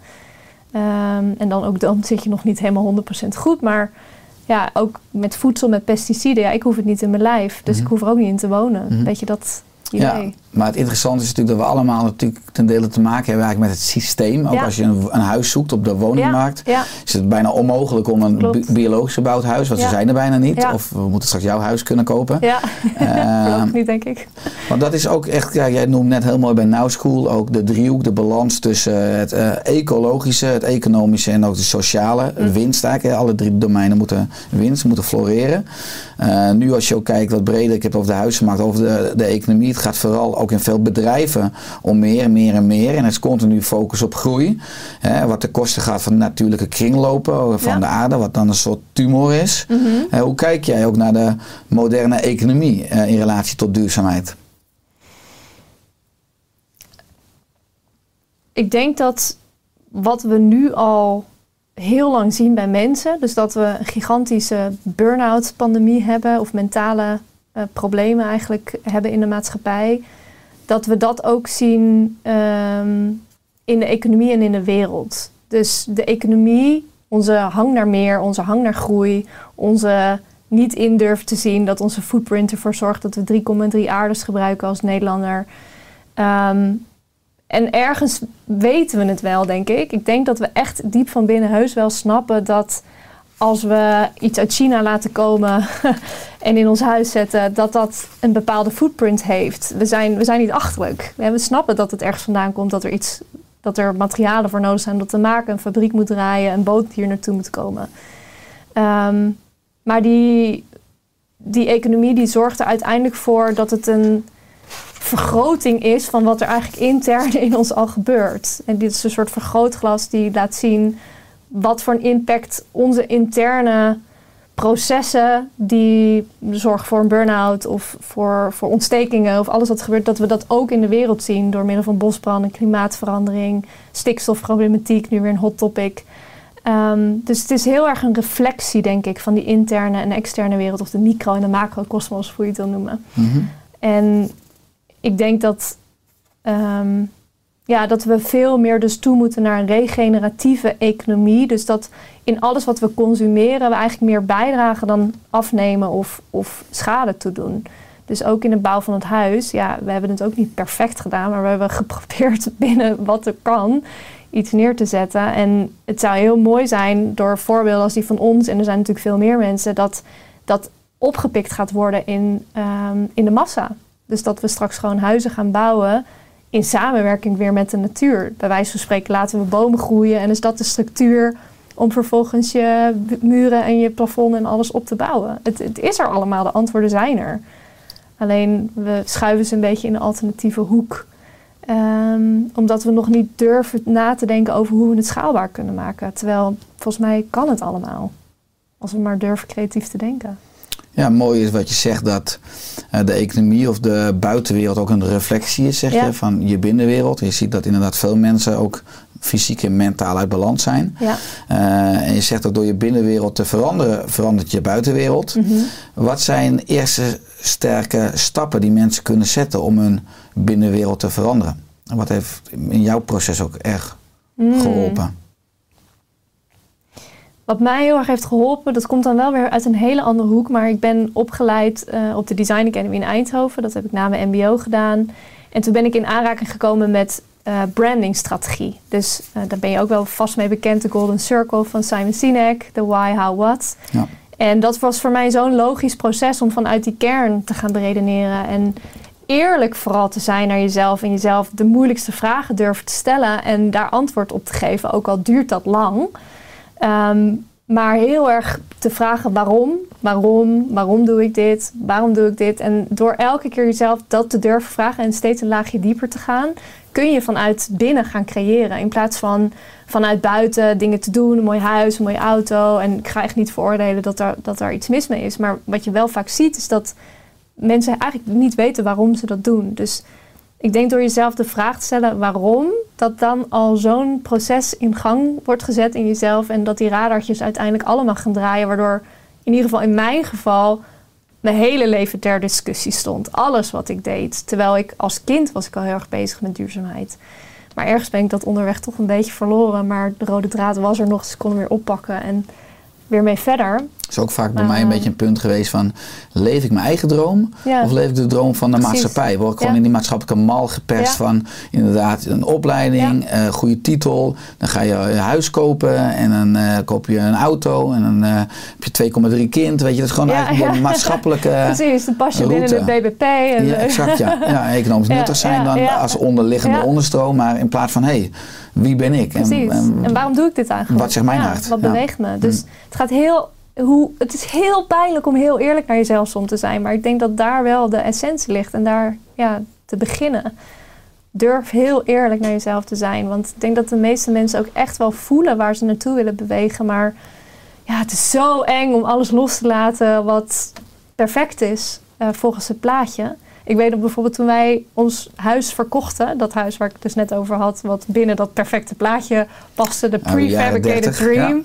En dan zit je nog niet helemaal 100% goed. Maar ook met voedsel, met pesticiden. Ik hoef het niet in mijn lijf. Dus ik hoef er ook niet in te wonen. Weet je dat idee? Ja, maar het interessante is natuurlijk dat we allemaal natuurlijk ten dele te maken hebben eigenlijk met het systeem. Ook als je een huis zoekt op de woningmarkt. Is het bijna onmogelijk om een biologisch gebouwd huis. Want ze zijn er bijna niet. Ja. Of we moeten straks jouw huis kunnen kopen. Ja, geloof niet denk ik. Want dat is ook echt, jij noemt net heel mooi bij Now School ook de driehoek, de balans tussen het ecologische, het economische en ook de sociale winst eigenlijk. Alle 3 domeinen moeten floreren. Nu als je ook kijkt wat breder, ik heb over de huizenmarkt, over de economie. Het gaat vooral ook in veel bedrijven om meer en meer en meer. En het is continu focus op groei. Wat de kosten gaat van natuurlijke kringlopen van de aarde, wat dan een soort tumor is. Hoe kijk jij ook naar de moderne economie in relatie tot duurzaamheid? Ik denk dat wat we nu al heel lang zien bij mensen, dus dat we een gigantische burn-out pandemie hebben of mentale problemen eigenlijk hebben in de maatschappij, dat we dat ook zien in de economie en in de wereld. Dus de economie, onze hang naar meer, onze hang naar groei, onze niet in durven te zien dat onze footprint ervoor zorgt dat we 3,3 aardes gebruiken als Nederlander. En ergens weten we het wel, denk ik. Ik denk dat we echt diep van binnen heus wel snappen dat als we iets uit China laten komen en in ons huis zetten, dat dat een bepaalde footprint heeft. We zijn niet achterlijk. We snappen dat het ergens vandaan komt, dat Dat er materialen voor nodig zijn om dat te maken. Een fabriek moet draaien, een boot hier naartoe moet komen. Maar die economie die zorgt er uiteindelijk voor dat het een vergroting is van wat er eigenlijk intern in ons al gebeurt. En dit is een soort vergrootglas die laat zien wat voor een impact onze interne processen die zorgen voor een burn-out of voor ontstekingen of alles wat gebeurt, dat we dat ook in de wereld zien door middel van bosbranden, klimaatverandering, stikstofproblematiek, nu weer een hot topic. Dus het is heel erg een reflectie, denk ik, van die interne en externe wereld of de micro- en de macrokosmos, hoe je het wil noemen. Mm-hmm. En ik denk dat dat we veel meer dus toe moeten naar een regeneratieve economie. Dus dat in alles wat we consumeren we eigenlijk meer bijdragen dan afnemen of schade toedoen. Dus ook in de bouw van het huis. Ja, we hebben het ook niet perfect gedaan, maar we hebben geprobeerd binnen wat er kan iets neer te zetten. En het zou heel mooi zijn door voorbeelden als die van ons, en er zijn natuurlijk veel meer mensen, dat opgepikt gaat worden in de massa. Dus dat we straks gewoon huizen gaan bouwen in samenwerking weer met de natuur. Bij wijze van spreken laten we bomen groeien en is dat de structuur om vervolgens je muren en je plafond en alles op te bouwen. Het is er allemaal, de antwoorden zijn er. Alleen we schuiven ze een beetje in een alternatieve hoek. Omdat we nog niet durven na te denken over hoe we het schaalbaar kunnen maken. Terwijl volgens mij kan het allemaal. Als we maar durven creatief te denken. Ja, mooi is wat je zegt dat de economie of de buitenwereld ook een reflectie is, zeg je, van je binnenwereld. Je ziet dat inderdaad veel mensen ook fysiek en mentaal uit balans zijn. Ja. En je zegt ook door je binnenwereld te veranderen, verandert je buitenwereld. Mm-hmm. Wat zijn eerste sterke stappen die mensen kunnen zetten om hun binnenwereld te veranderen? En wat heeft in jouw proces ook erg geholpen? Wat mij heel erg heeft geholpen, dat komt dan wel weer uit een hele andere hoek. Maar ik ben opgeleid op de Design Academy in Eindhoven. Dat heb ik na mijn mbo gedaan. En toen ben ik in aanraking gekomen met brandingstrategie. Dus daar ben je ook wel vast mee bekend. De Golden Circle van Simon Sinek. De Why, How, What. Ja. En dat was voor mij zo'n logisch proces om vanuit die kern te gaan beredeneren. En eerlijk vooral te zijn naar jezelf. En jezelf de moeilijkste vragen durven te stellen. En daar antwoord op te geven. Ook al duurt dat lang. Maar heel erg te vragen waarom doe ik dit, waarom doe ik dit. En door elke keer jezelf dat te durven vragen en steeds een laagje dieper te gaan, kun je vanuit binnen gaan creëren. In plaats van vanuit buiten dingen te doen, een mooi huis, een mooie auto. En ik ga echt niet veroordelen dat er iets mis mee is. Maar wat je wel vaak ziet is dat mensen eigenlijk niet weten waarom ze dat doen. Dus ik denk door jezelf de vraag te stellen waarom, dat dan al zo'n proces in gang wordt gezet in jezelf en dat die radartjes uiteindelijk allemaal gaan draaien, waardoor in ieder geval in mijn geval mijn hele leven ter discussie stond. Alles wat ik deed. Terwijl ik als kind was ik al heel erg bezig met duurzaamheid. Maar ergens ben ik dat onderweg toch een beetje verloren. Maar de rode draad was er nog, dus ik kon hem weer oppakken en weer mee verder. Dat is ook vaak bij mij een beetje een punt geweest van, leef ik mijn eigen droom of leef ik de droom van de maatschappij? Word ik gewoon in die maatschappelijke mal geperst van inderdaad een opleiding, goede titel, dan ga je een huis kopen en dan koop je een auto en dan heb je 2,3 kind, weet je, dat is gewoon eigenlijk een maatschappelijke precies, dan pas je route binnen de BBP. En ja, exact, ja. Economisch nuttig zijn dan als onderliggende onderstroom, maar in plaats van, wie ben ik? Precies, en waarom doe ik dit eigenlijk? Wat zegt mijn hart? Wat beweegt me? Dus het gaat het is heel pijnlijk om heel eerlijk naar jezelf soms te zijn. Maar ik denk dat daar wel de essentie ligt. En daar te beginnen. Durf heel eerlijk naar jezelf te zijn. Want ik denk dat de meeste mensen ook echt wel voelen waar ze naartoe willen bewegen. Maar het is zo eng om alles los te laten wat perfect is volgens het plaatje. Ik weet dat bijvoorbeeld toen wij ons huis verkochten, dat huis waar ik het dus net over had, wat binnen dat perfecte plaatje paste, de prefabricated dream.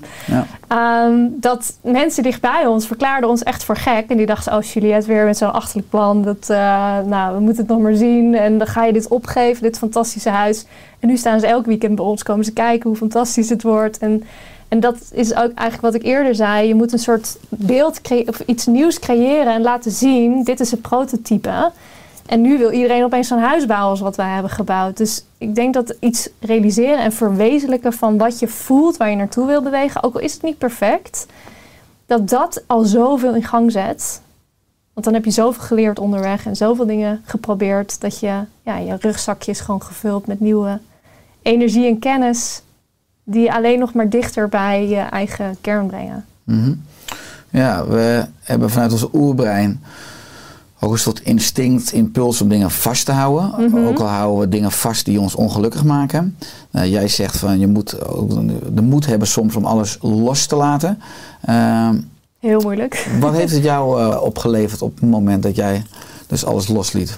Dat mensen dichtbij ons verklaarden ons echt voor gek. En die dachten, Juliette weer met zo'n achterlijk plan. We moeten het nog maar zien. En dan ga je dit opgeven, dit fantastische huis. En nu staan ze elk weekend bij ons, komen ze kijken hoe fantastisch het wordt. En dat is ook eigenlijk wat ik eerder zei. Je moet een soort beeld of iets nieuws creëren en laten zien, dit is het prototype. En nu wil iedereen opeens zo'n huis bouwen als wat wij hebben gebouwd. Dus ik denk dat iets realiseren en verwezenlijken van wat je voelt, waar je naartoe wil bewegen, ook al is het niet perfect, dat al zoveel in gang zet. Want dan heb je zoveel geleerd onderweg en zoveel dingen geprobeerd dat je rugzakje is gewoon gevuld met nieuwe energie en kennis die je alleen nog maar dichter bij je eigen kern brengen. Mm-hmm. Ja, we hebben vanuit ons oerbrein ook een soort instinct, impuls om dingen vast te houden. Mm-hmm. Ook al houden we dingen vast die ons ongelukkig maken. Jij zegt van je moet ook de moed hebben soms om alles los te laten. Heel moeilijk. Wat heeft het jou opgeleverd op het moment dat jij dus alles losliet?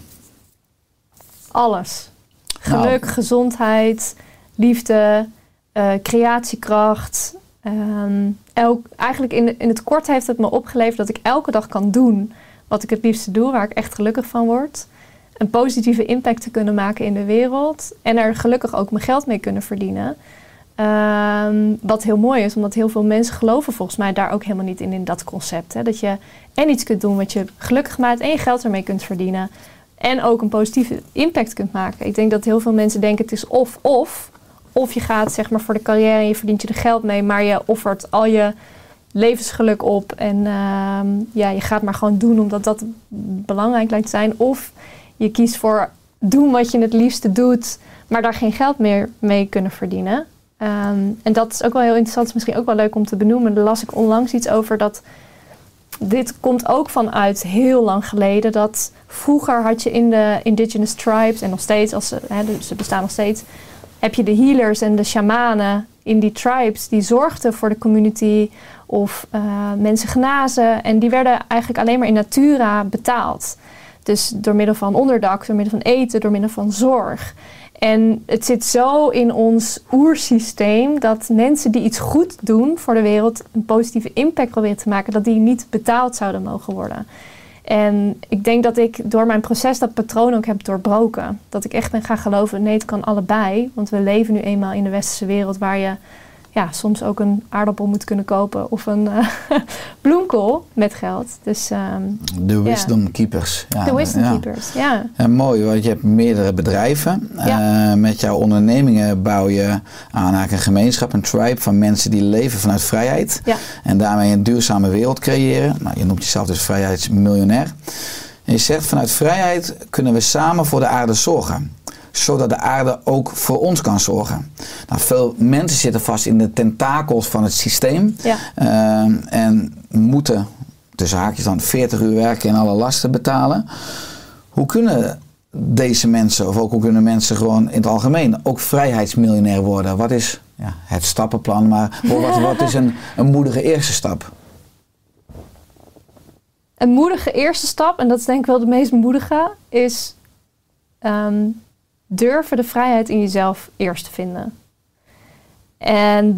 Alles. Geluk, gezondheid, liefde, creatiekracht. Eigenlijk in het kort heeft het me opgeleverd dat ik elke dag kan doen wat ik het liefste doe, waar ik echt gelukkig van word. Een positieve impact te kunnen maken in de wereld. En er gelukkig ook mijn geld mee kunnen verdienen. Wat heel mooi is, omdat heel veel mensen geloven volgens mij daar ook helemaal niet in dat concept. Hè? Dat je en iets kunt doen wat je gelukkig maakt en je geld ermee kunt verdienen. En ook een positieve impact kunt maken. Ik denk dat heel veel mensen denken het is of. Of je gaat zeg maar voor de carrière en je verdient je er geld mee, maar je offert al je levensgeluk op. En je gaat maar gewoon doen omdat dat belangrijk lijkt te zijn. Of je kiest voor doen wat je het liefste doet, maar daar geen geld meer mee kunnen verdienen. En dat is ook wel heel interessant. Is misschien ook wel leuk om te benoemen. Daar las ik onlangs iets over dat dit komt ook vanuit heel lang geleden. Dat vroeger had je in de indigenous tribes en nog steeds, ze bestaan nog steeds, heb je de healers en de shamanen in die tribes die zorgden voor de community of mensen genazen. En die werden eigenlijk alleen maar in natura betaald. Dus door middel van onderdak, door middel van eten, door middel van zorg. En het zit zo in ons oersysteem dat mensen die iets goed doen voor de wereld, een positieve impact proberen te maken, dat die niet betaald zouden mogen worden. En ik denk dat ik door mijn proces dat patroon ook heb doorbroken. Dat ik echt ben gaan geloven, nee, het kan allebei. Want we leven nu eenmaal in de westerse wereld waar je soms ook een aardappel moet kunnen kopen of een bloemkool met geld. Dus, de wisdom keepers. Ja, de wisdom keepers, ja. En mooi, want je hebt meerdere bedrijven. Ja. Met jouw ondernemingen bouw je aan een gemeenschap, een tribe van mensen die leven vanuit vrijheid. Ja. En daarmee een duurzame wereld creëren. Nou, je noemt jezelf dus vrijheidsmiljonair. En je zegt, vanuit vrijheid kunnen we samen voor de aarde zorgen. Zodat de aarde ook voor ons kan zorgen. Nou, veel mensen zitten vast in de tentakels van het systeem. Ja. En moeten, tussen haakjes dan, 40 uur werken en alle lasten betalen. Hoe kunnen deze mensen, of ook hoe kunnen mensen gewoon in het algemeen ook vrijheidsmiljonair worden? Wat is het stappenplan, maar wat is een moedige eerste stap? Een moedige eerste stap, en dat is denk ik wel de meest moedige, is durven de vrijheid in jezelf eerst te vinden. En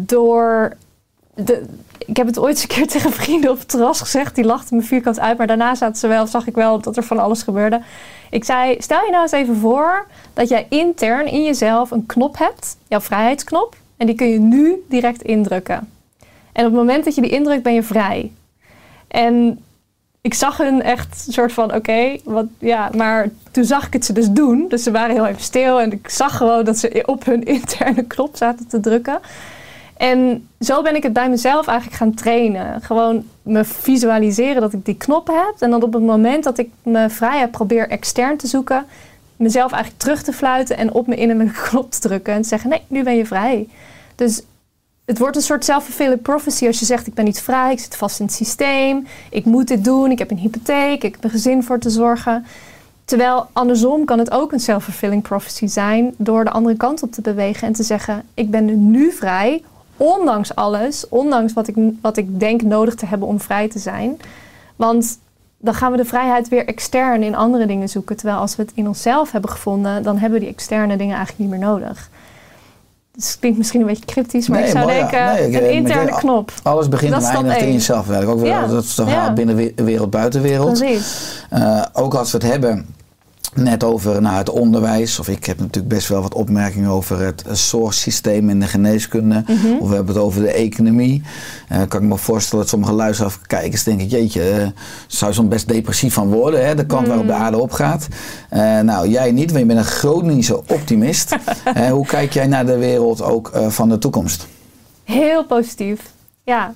ik heb het ooit eens een keer tegen vrienden op het terras gezegd, die lachten me vierkant uit, maar daarna zag ik wel dat er van alles gebeurde. Ik zei, stel je nou eens even voor dat jij intern in jezelf een knop hebt, jouw vrijheidsknop, en die kun je nu direct indrukken. En op het moment dat je die indrukt, ben je vrij. En ik zag hun echt een soort van, maar toen zag ik het ze dus doen. Dus ze waren heel even stil en ik zag gewoon dat ze op hun interne knop zaten te drukken. En zo ben ik het bij mezelf eigenlijk gaan trainen. Gewoon me visualiseren dat ik die knop heb. En dan op het moment dat ik mijn vrijheid probeer extern te zoeken, mezelf eigenlijk terug te fluiten en op mijn innerlijke knop te drukken. En te zeggen, nee, nu ben je vrij. Dus het wordt een soort self-fulfilling prophecy als je zegt, ik ben niet vrij, ik zit vast in het systeem, ik moet dit doen, ik heb een hypotheek, ik heb een gezin voor te zorgen. Terwijl andersom kan het ook een self-fulfilling prophecy zijn door de andere kant op te bewegen en te zeggen, ik ben nu vrij, ondanks alles, ondanks wat ik denk nodig te hebben om vrij te zijn. Want dan gaan we de vrijheid weer extern in andere dingen zoeken. Terwijl als we het in onszelf hebben gevonden, dan hebben we die externe dingen eigenlijk niet meer nodig. Dus het klinkt misschien een beetje cryptisch, maar ik zou denken, een interne knop. Alles begint en eindigt in jezelf werk. Ook weer, dat is toch binnenwereld, buitenwereld. Precies. Ook als we het hebben net over het onderwijs, of ik heb natuurlijk best wel wat opmerkingen over het zorgsysteem in de geneeskunde, of we hebben het over de economie. Kan ik me voorstellen dat sommige luisteraars of kijkers denken, jeetje, zou je soms best depressief van worden, hè? De kant waarop de aarde opgaat. Nou, jij niet, want je bent een chronische optimist. Hoe kijk jij naar de wereld ook van de toekomst? Heel positief. Ja.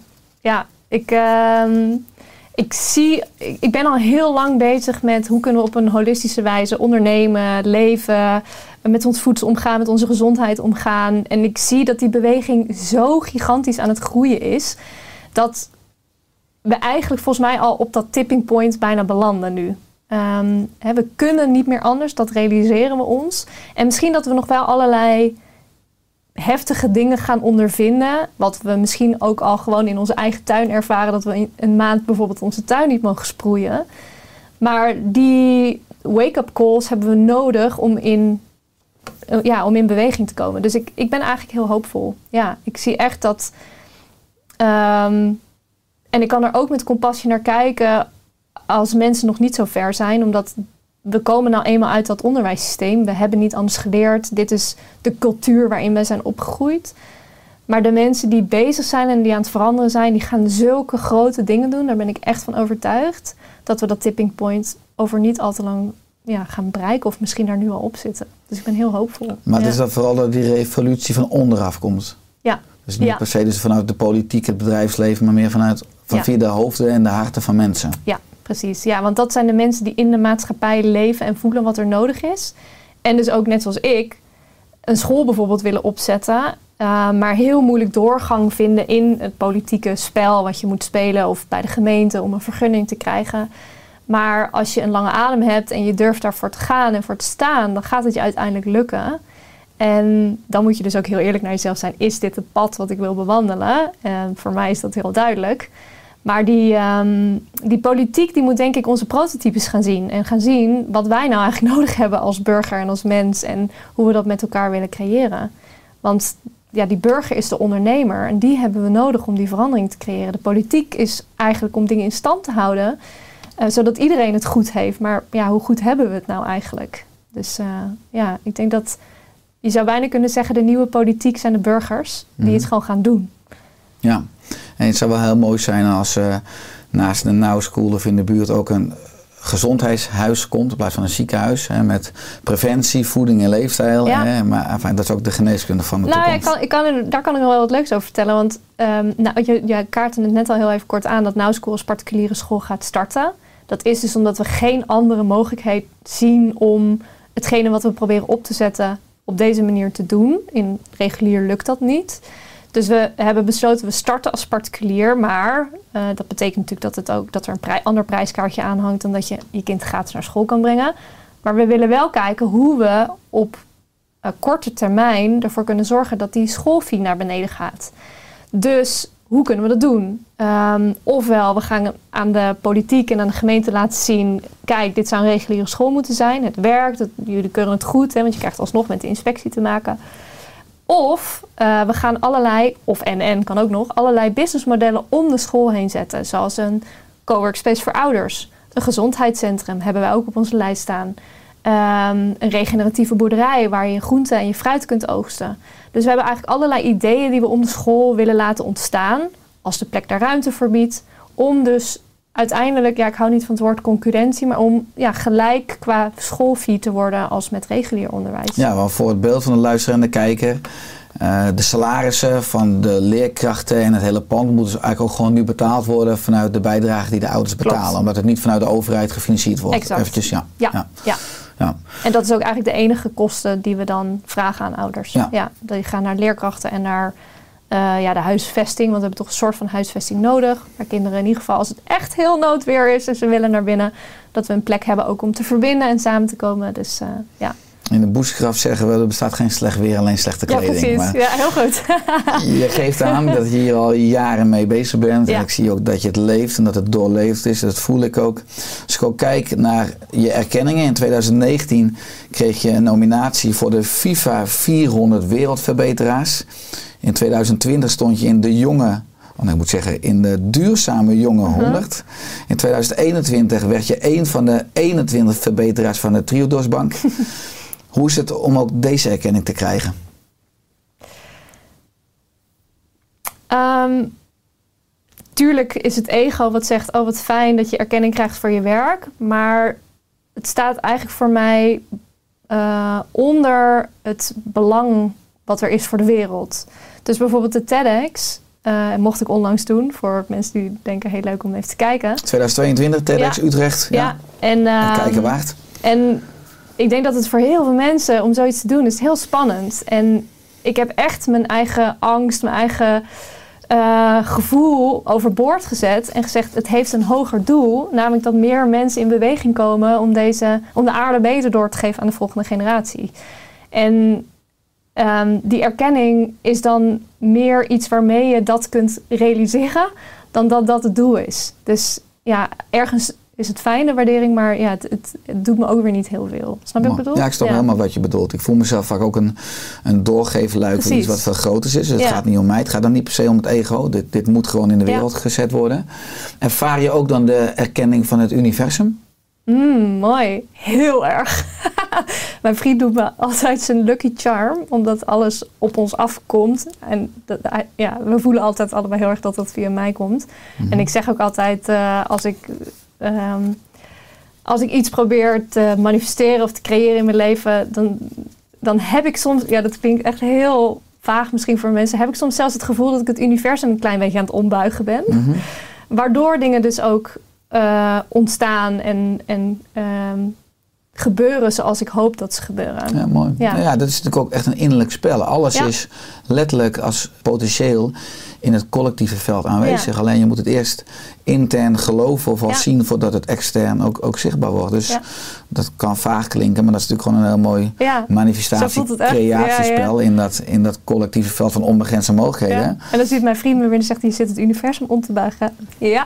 Ik ben al heel lang bezig met hoe kunnen we op een holistische wijze ondernemen, leven, met ons voedsel omgaan, met onze gezondheid omgaan. En ik zie dat die beweging zo gigantisch aan het groeien is, dat we eigenlijk volgens mij al op dat tipping point bijna belanden nu. We kunnen niet meer anders, dat realiseren we ons. En misschien dat we nog wel allerlei heftige dingen gaan ondervinden, wat we misschien ook al gewoon in onze eigen tuin ervaren, dat we in een maand bijvoorbeeld onze tuin niet mogen sproeien. Maar die wake-up calls hebben we nodig om in beweging te komen. Dus ik ben eigenlijk heel hoopvol. Ja, ik zie echt dat... en ik kan er ook met compassie naar kijken als mensen nog niet zo ver zijn, omdat we komen nou eenmaal uit dat onderwijssysteem. We hebben niet anders geleerd. Dit is de cultuur waarin wij zijn opgegroeid. Maar de mensen die bezig zijn en die aan het veranderen zijn, die gaan zulke grote dingen doen. Daar ben ik echt van overtuigd. Dat we dat tipping point over niet al te lang gaan bereiken. Of misschien daar nu al op zitten. Dus ik ben heel hoopvol. Maar het is dat vooral dat die revolutie van onderaf komt. Ja. Dus niet per se dus vanuit de politiek, het bedrijfsleven, maar meer via de hoofden en de harten van mensen. Ja. Precies, ja, want dat zijn de mensen die in de maatschappij leven en voelen wat er nodig is. En dus ook net zoals ik een school bijvoorbeeld willen opzetten, maar heel moeilijk doorgang vinden in het politieke spel wat je moet spelen of bij de gemeente om een vergunning te krijgen. Maar als je een lange adem hebt en je durft daarvoor te gaan en voor te staan, dan gaat het je uiteindelijk lukken. En dan moet je dus ook heel eerlijk naar jezelf zijn. Is dit het pad wat ik wil bewandelen? En voor mij is dat heel duidelijk. Maar die politiek die moet denk ik onze prototypes gaan zien. En gaan zien wat wij nou eigenlijk nodig hebben als burger en als mens. En hoe we dat met elkaar willen creëren. Want die burger is de ondernemer. En die hebben we nodig om die verandering te creëren. De politiek is eigenlijk om dingen in stand te houden. Zodat iedereen het goed heeft. Maar hoe goed hebben we het nou eigenlijk? Dus ik denk dat je zou bijna kunnen zeggen, de nieuwe politiek zijn de burgers die het gewoon gaan doen. Ja, en het zou wel heel mooi zijn als naast de Now School of in de buurt ook een gezondheidshuis komt in plaats van een ziekenhuis. Hè, met preventie, voeding en leefstijl. Ja. Hè, maar dat is ook de geneeskunde van de toekomst. Daar kan ik nog wel wat leuks over vertellen. Want je kaartte het net al heel even kort aan dat Now School als particuliere school gaat starten. Dat is dus omdat we geen andere mogelijkheid zien om hetgene wat we proberen op te zetten op deze manier te doen. In regulier lukt dat niet. Dus we hebben besloten, we starten als particulier, maar dat betekent natuurlijk dat er een ander prijskaartje aanhangt dan dat je je kind gratis naar school kan brengen. Maar we willen wel kijken hoe we op korte termijn ervoor kunnen zorgen dat die schoolfee naar beneden gaat. Dus hoe kunnen we dat doen? Ofwel, we gaan aan de politiek en aan de gemeente laten zien, kijk, dit zou een reguliere school moeten zijn. Het werkt, jullie kunnen het goed, want je krijgt alsnog met de inspectie te maken. Of we gaan kan ook nog, allerlei businessmodellen om de school heen zetten. Zoals een coworkspace voor ouders. Een gezondheidscentrum hebben wij ook op onze lijst staan. Een regeneratieve boerderij waar je groenten en je fruit kunt oogsten. Dus we hebben eigenlijk allerlei ideeën die we om de school willen laten ontstaan. Als de plek daar ruimte voor biedt. Om dus uiteindelijk, ik hou niet van het woord concurrentie, maar om gelijk qua schoolfee te worden als met regulier onderwijs. Ja, wel voor het beeld van de luisteraar en de kijker. De salarissen van de leerkrachten en het hele pand moeten dus eigenlijk ook gewoon nu betaald worden vanuit de bijdrage die de ouders betalen. Klopt. Omdat het niet vanuit de overheid gefinancierd wordt. Exact. Eventjes, ja. En dat is ook eigenlijk de enige kosten die we dan vragen aan ouders. Ja. Die gaan naar leerkrachten en naar de huisvesting. Want we hebben toch een soort van huisvesting nodig. Waar kinderen in ieder geval, als het echt heel noodweer is en ze willen naar binnen, dat we een plek hebben ook om te verbinden en samen te komen. Dus In de Bushcraft zeggen we, er bestaat geen slecht weer, alleen slechte kleding. Ja, precies. Maar heel goed. Je geeft aan dat je hier al jaren mee bezig bent. Ja. En ik zie ook dat je het leeft en dat het doorleefd is. Dat voel ik ook. Als ik ook kijk naar je erkenningen. In 2019 kreeg je een nominatie voor de FIFA 400 wereldverbeteraars. In 2020 stond je in in de duurzame jonge 100. In 2021 werd je een van de 21 verbeteraars van de Triodos Bank. Hoe is het om ook deze erkenning te krijgen? Tuurlijk is het ego wat zegt, oh wat fijn dat je erkenning krijgt voor je werk. Maar het staat eigenlijk voor mij onder het belang wat er is voor de wereld. Dus bijvoorbeeld de TEDx mocht ik onlangs doen voor mensen die denken heel leuk om even te kijken. 2022 TEDx Utrecht. Ja. En kijken waard. En ik denk dat het voor heel veel mensen om zoiets te doen is heel spannend. En ik heb echt mijn eigen angst, mijn eigen gevoel overboord gezet en gezegd, het heeft een hoger doel, namelijk dat meer mensen in beweging komen om de aarde beter door te geven aan de volgende generatie. En die erkenning is dan meer iets waarmee je dat kunt realiseren dan dat dat het doel is. Dus ja, ergens is het fijne waardering, maar ja, het doet me ook weer niet heel veel. Snap je wat ik bedoel? Ja, ik snap helemaal wat je bedoelt. Ik voel mezelf vaak ook een doorgeefluik voor iets wat veel groters is. Dus het gaat niet om mij, het gaat dan niet per se om het ego. Dit moet gewoon in de wereld gezet worden. Ervaar je ook dan de erkenning van het universum? Mooi. Heel erg. Mijn vriend doet me altijd zijn lucky charm, omdat alles op ons afkomt. En we voelen altijd allebei heel erg dat dat via mij komt. En ik zeg ook altijd, als ik iets probeer te manifesteren of te creëren in mijn leven, dan heb ik soms, dat klinkt echt heel vaag misschien voor mensen, heb ik soms zelfs het gevoel dat ik het universum een klein beetje aan het ombuigen ben. Waardoor dingen dus ook ontstaan en gebeuren zoals ik hoop dat ze gebeuren. Ja, mooi. Ja, dat is natuurlijk ook echt een innerlijk spel. Alles is letterlijk als potentieel in het collectieve veld aanwezig. Alleen je moet het eerst intern geloven of al zien voordat het extern ook zichtbaar wordt. Dus dat kan vaag klinken, maar dat is natuurlijk gewoon een heel mooi manifestatie-creatiespel in dat collectieve veld van onbegrensde mogelijkheden. Ja. En dan ziet mijn vriend me weer en zegt hij, zit het universum om te buigen. Ja.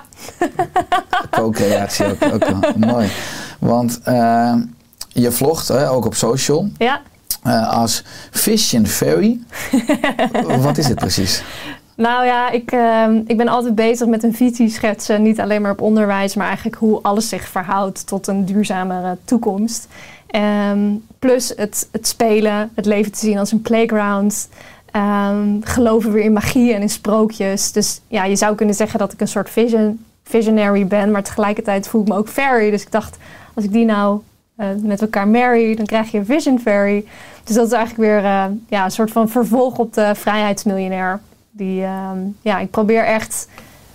Co-creatie ook wel. Mooi. Want je vlogt ook op social. Ja. Als Vision Fairy. Wat is dit precies? Nou ja, ik ben altijd bezig met een visie schetsen. Niet alleen maar op onderwijs, maar eigenlijk hoe alles zich verhoudt tot een duurzamere toekomst. Plus het spelen, het leven te zien als een playground. Geloven weer in magie en in sprookjes. Dus ja, je zou kunnen zeggen dat ik een soort visionary ben. Maar tegelijkertijd voel ik me ook fairy. Dus ik dacht, als ik die nou met elkaar marry, dan krijg je een vision fairy. Dus dat is eigenlijk weer een soort van vervolg op de vrijheidsmiljonair. Ik probeer echt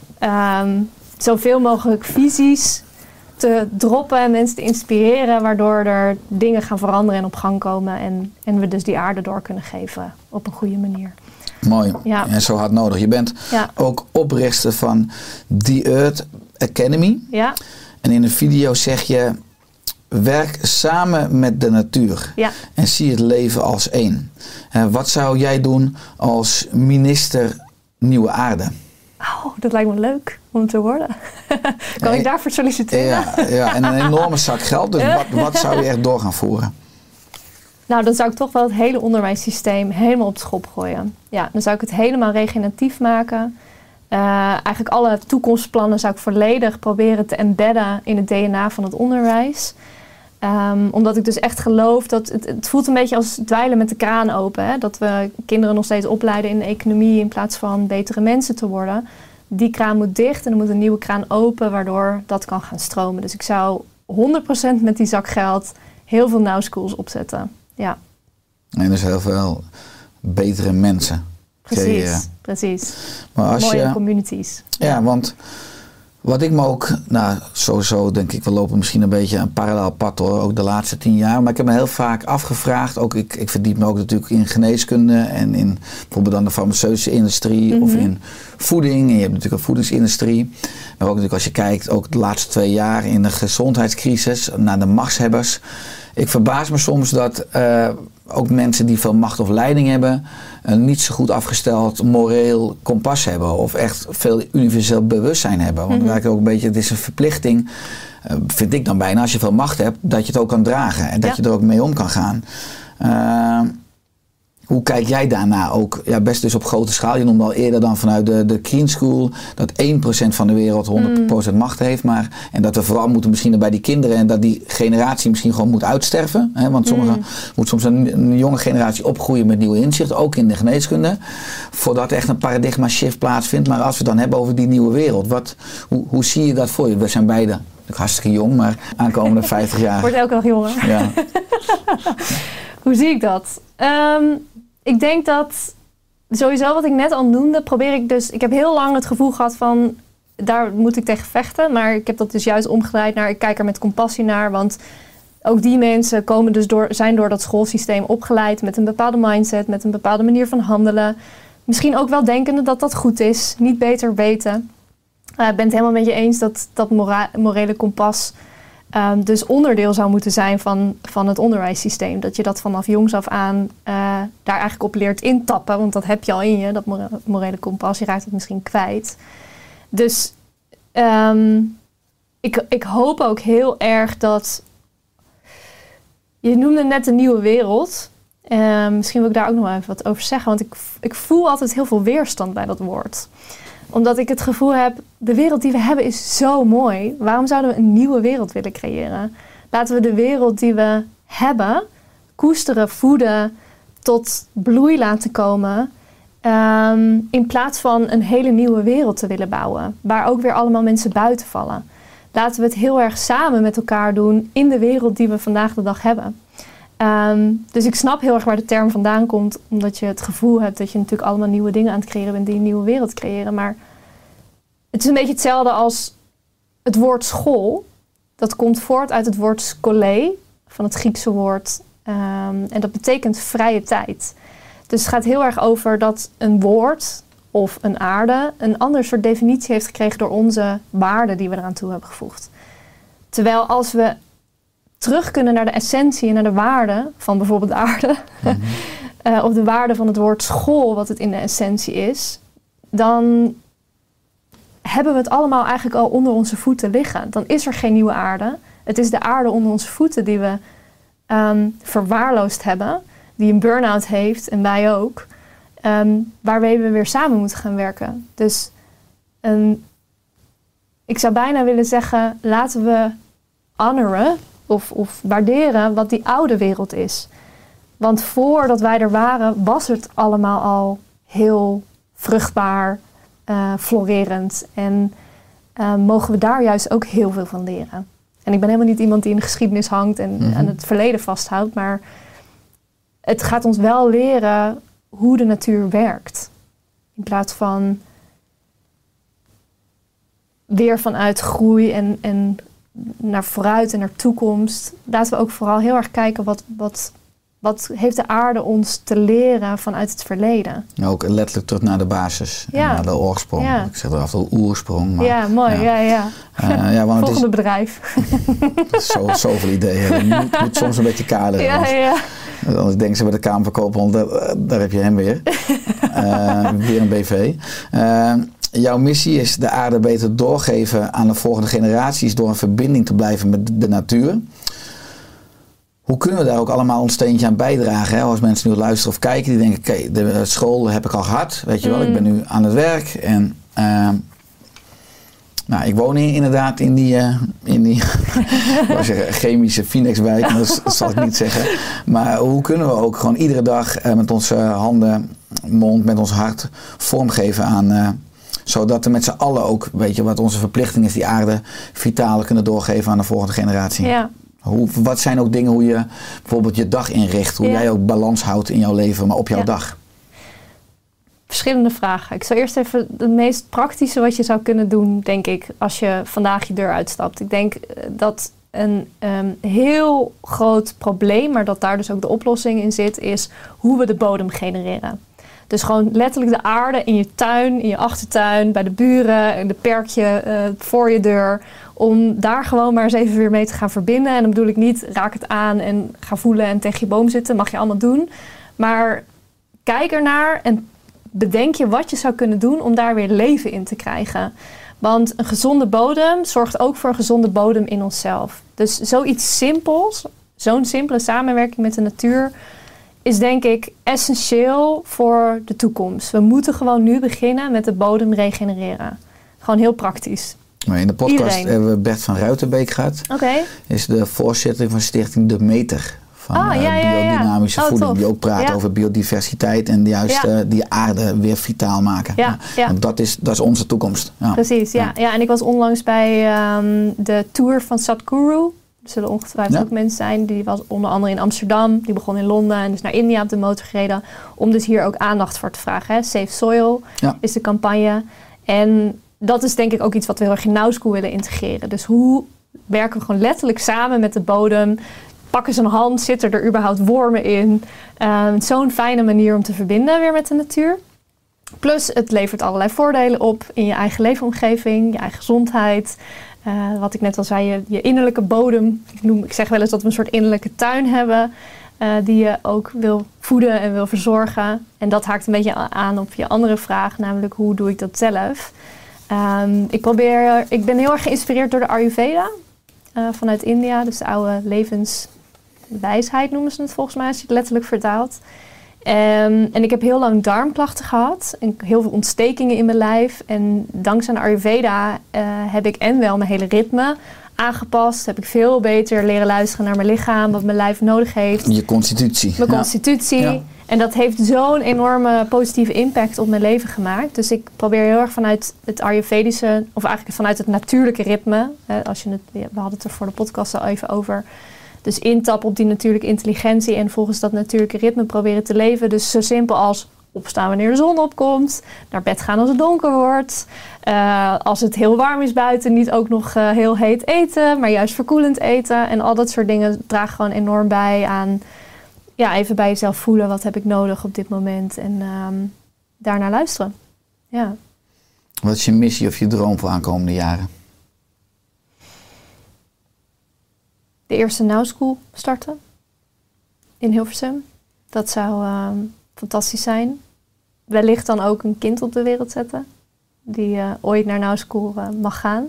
zoveel mogelijk visies te droppen en mensen te inspireren, waardoor er dingen gaan veranderen en op gang komen en we dus die aarde door kunnen geven op een goede manier. Mooi. Ja. En zo hard nodig. Je bent ook oprichter van The Earth Academy. Ja. En in een video zeg je, werk samen met de natuur en zie het leven als één. Wat zou jij doen als minister Nieuwe Aarde? Oh, dat lijkt me leuk om te worden. Kan ik daarvoor solliciteren? Ja, en een enorme zak geld. Dus wat zou je echt door gaan voeren? Nou, dan zou ik toch wel het hele onderwijssysteem helemaal op de schop gooien. Ja, dan zou ik het helemaal regeneratief maken. Eigenlijk alle toekomstplannen zou ik volledig proberen te embedden in het DNA van het onderwijs. Omdat ik dus echt geloof dat het voelt een beetje als dweilen met de kraan open. Hè? Dat we kinderen nog steeds opleiden in de economie in plaats van betere mensen te worden. Die kraan moet dicht en er moet een nieuwe kraan open waardoor dat kan gaan stromen. Dus ik zou 100% met die zak geld heel veel now schools opzetten. Ja. En dus heel veel betere mensen. Precies. Maar als mooie communities. Ja, want wat ik me ook, sowieso denk ik, we lopen misschien een beetje een parallel pad hoor, ook de laatste 10 jaar. Maar ik heb me heel vaak afgevraagd, ook ik verdiep me ook natuurlijk in geneeskunde en in bijvoorbeeld dan de farmaceutische industrie of in voeding. En je hebt natuurlijk een voedingsindustrie. Maar ook natuurlijk als je kijkt, ook de laatste 2 jaar in de gezondheidscrisis, naar de machtshebbers. Ik verbaas me soms dat ook mensen die veel macht of leiding hebben, niet zo goed afgesteld moreel kompas hebben of echt veel universeel bewustzijn hebben. Want eigenlijk ook een beetje, het is een verplichting, vind ik dan bijna, als je veel macht hebt, dat je het ook kan dragen en dat je er ook mee om kan gaan. Hoe kijk jij daarna ook? Ja, best dus op grote schaal. Je noemde al eerder dan vanuit de Green School dat 1% van de wereld 100% macht heeft. En dat we vooral moeten misschien bij die kinderen en dat die generatie misschien gewoon moet uitsterven. Hè? Want moet soms een jonge generatie opgroeien met nieuwe inzichten, ook in de geneeskunde. Voordat echt een paradigma shift plaatsvindt. Maar als we het dan hebben over die nieuwe wereld, hoe zie je dat voor je? We zijn beide hartstikke jong, maar aankomende 50 jaar. Wordt elke dag jonger. Ja. Hoe zie ik dat? Ik denk dat sowieso wat ik net al noemde, probeer ik dus. Ik heb heel lang het gevoel gehad van daar moet ik tegen vechten. Maar ik heb dat dus juist omgedraaid naar ik kijk er met compassie naar. Want Ook die mensen zijn door dat schoolsysteem opgeleid met een bepaalde mindset, met een bepaalde manier van handelen. Misschien ook wel denkende dat dat goed is, niet beter weten. Ik ben het helemaal met je eens dat morele kompas dus onderdeel zou moeten zijn van het onderwijssysteem. Dat je dat vanaf jongs af aan daar eigenlijk op leert intappen. Want dat heb je al in je, dat morele kompas. Je raakt het misschien kwijt. Dus ik hoop ook heel erg dat... Je noemde net de nieuwe wereld. Misschien wil ik daar ook nog wel even wat over zeggen. Want ik voel altijd heel veel weerstand bij dat woord. Omdat ik het gevoel heb, de wereld die we hebben is zo mooi. Waarom zouden we een nieuwe wereld willen creëren? Laten we de wereld die we hebben koesteren, voeden, tot bloei laten komen. In plaats van een hele nieuwe wereld te willen bouwen. Waar ook weer allemaal mensen buiten vallen. Laten we het heel erg samen met elkaar doen in de wereld die we vandaag de dag hebben. Dus ik snap heel erg waar de term vandaan komt. Omdat je het gevoel hebt dat je natuurlijk allemaal nieuwe dingen aan het creëren bent die een nieuwe wereld creëren. Maar het is een beetje hetzelfde als het woord school. Dat komt voort uit het woord skolē, van het Griekse woord. En dat betekent vrije tijd. Dus het gaat heel erg over dat een woord of een aarde een ander soort definitie heeft gekregen door onze waarden die we eraan toe hebben gevoegd. Terwijl als we terug kunnen naar de essentie en naar de waarde van bijvoorbeeld de aarde, of de waarde van het woord school, wat het in de essentie is, dan hebben we het allemaal eigenlijk al onder onze voeten liggen. Dan is er geen nieuwe aarde. Het is de aarde onder onze voeten die we verwaarloosd hebben, die een burn-out heeft en wij ook, waarmee we weer samen moeten gaan werken. Dus ik zou bijna willen zeggen, laten we honoren of waarderen wat die oude wereld is. Want voordat wij er waren, was het allemaal al heel vruchtbaar, florerend. En mogen we daar juist ook heel veel van leren. En ik ben helemaal niet iemand die in de geschiedenis hangt en aan het verleden vasthoudt. Maar het gaat ons wel leren hoe de natuur werkt. In plaats van weer vanuit groei en naar vooruit en naar toekomst. Laten we ook vooral heel erg kijken wat heeft de aarde ons te leren vanuit het verleden. Ook letterlijk terug naar de basis. En naar de oorsprong. Ja. Ik zeg er af en toe oorsprong. Maar, ja, mooi. Ja. Want volgende bedrijf. Zoveel ideeën. Je moet soms een beetje kaderen. Ja. Anders denken ze bij de Kamerverkoop, want daar heb je hem weer. Weer een BV. Jouw missie is de aarde beter doorgeven aan de volgende generaties door een verbinding te blijven met de natuur. Hoe kunnen we daar ook allemaal ons steentje aan bijdragen? Hè? Als mensen nu luisteren of kijken, die denken, oké, de school heb ik al gehad. Weet je wel, ik ben nu aan het werk. En ik woon inderdaad in die ik wou zeggen, chemische Phoenixwijk. Maar dat zal ik niet zeggen. Maar hoe kunnen we ook gewoon iedere dag met onze handen, mond, met ons hart vormgeven aan... zodat we met z'n allen ook, weet je, wat onze verplichting is, die aarde vitaal kunnen doorgeven aan de volgende generatie. Ja. Wat zijn ook dingen hoe je bijvoorbeeld je dag inricht? Hoe jij ook balans houdt in jouw leven, maar op jouw dag? Verschillende vragen. Ik zal eerst even het meest praktische wat je zou kunnen doen, denk ik, als je vandaag je deur uitstapt. Ik denk dat een heel groot probleem, maar dat daar dus ook de oplossing in zit, is hoe we de bodem genereren. Dus gewoon letterlijk de aarde in je tuin, in je achtertuin, bij de buren, in de perkje voor je deur. Om daar gewoon maar eens even weer mee te gaan verbinden. En dan bedoel ik niet, raak het aan en ga voelen en tegen je boom zitten. Mag je allemaal doen. Maar kijk ernaar en bedenk je wat je zou kunnen doen om daar weer leven in te krijgen. Want een gezonde bodem zorgt ook voor een gezonde bodem in onszelf. Dus zoiets simpels, zo'n simpele samenwerking met de natuur, is denk ik essentieel voor de toekomst. We moeten gewoon nu beginnen met de bodem regenereren. Gewoon heel praktisch. Maar in de podcast hebben we Bert van Ruitenbeek gehad. Is de voorzitter van stichting De Meter. Van biodynamische voeding. Tof. Die ook praat over biodiversiteit en juist die aarde weer vitaal maken. Ja. Want dat is onze toekomst. Ja. Precies, ja. En ik was onlangs bij de tour van Sadhguru. Er zullen ongetwijfeld ook mensen zijn. Die was onder andere in Amsterdam. Die begon in Londen en is naar India op de motor gereden. Om dus hier ook aandacht voor te vragen. Hè. Save Soil is de campagne. En dat is denk ik ook iets wat we heel erg in Now School willen integreren. Dus hoe werken we gewoon letterlijk samen met de bodem? pakken ze een hand, zitten er überhaupt wormen in. Zo'n fijne manier om te verbinden weer met de natuur. Plus het levert allerlei voordelen op in je eigen leefomgeving, je eigen gezondheid. Wat ik net al zei, je innerlijke bodem. Ik zeg wel eens dat we een soort innerlijke tuin hebben. Die je ook wil voeden en wil verzorgen. En dat haakt een beetje aan op je andere vraag, namelijk hoe doe ik dat zelf? Ik ben heel erg geïnspireerd door de Ayurveda vanuit India. Dus de oude levenswijsheid noemen ze het volgens mij, als je het letterlijk vertaalt. En ik heb heel lang darmklachten gehad. En heel veel ontstekingen in mijn lijf. En dankzij de Ayurveda heb ik wel mijn hele ritme aangepast. Heb ik veel beter leren luisteren naar mijn lichaam, wat mijn lijf nodig heeft. Je constitutie. Mijn constitutie. Ja. En dat heeft zo'n enorme positieve impact op mijn leven gemaakt. Dus ik probeer heel erg vanuit het Ayurvedische, of eigenlijk vanuit het natuurlijke ritme. We hadden het er voor de podcast al even over. Dus intappen op die natuurlijke intelligentie en volgens dat natuurlijke ritme proberen te leven. Dus zo simpel als opstaan wanneer de zon opkomt, naar bed gaan als het donker wordt. Als het heel warm is buiten, niet ook nog heel heet eten, maar juist verkoelend eten. En al dat soort dingen dragen gewoon enorm bij aan even bij jezelf voelen, wat heb ik nodig op dit moment en daarnaar luisteren. Ja. Wat is je missie of je droom voor aankomende jaren? De eerste Now School starten in Hilversum. Dat zou fantastisch zijn. Wellicht dan ook een kind op de wereld zetten die ooit naar Now School mag gaan.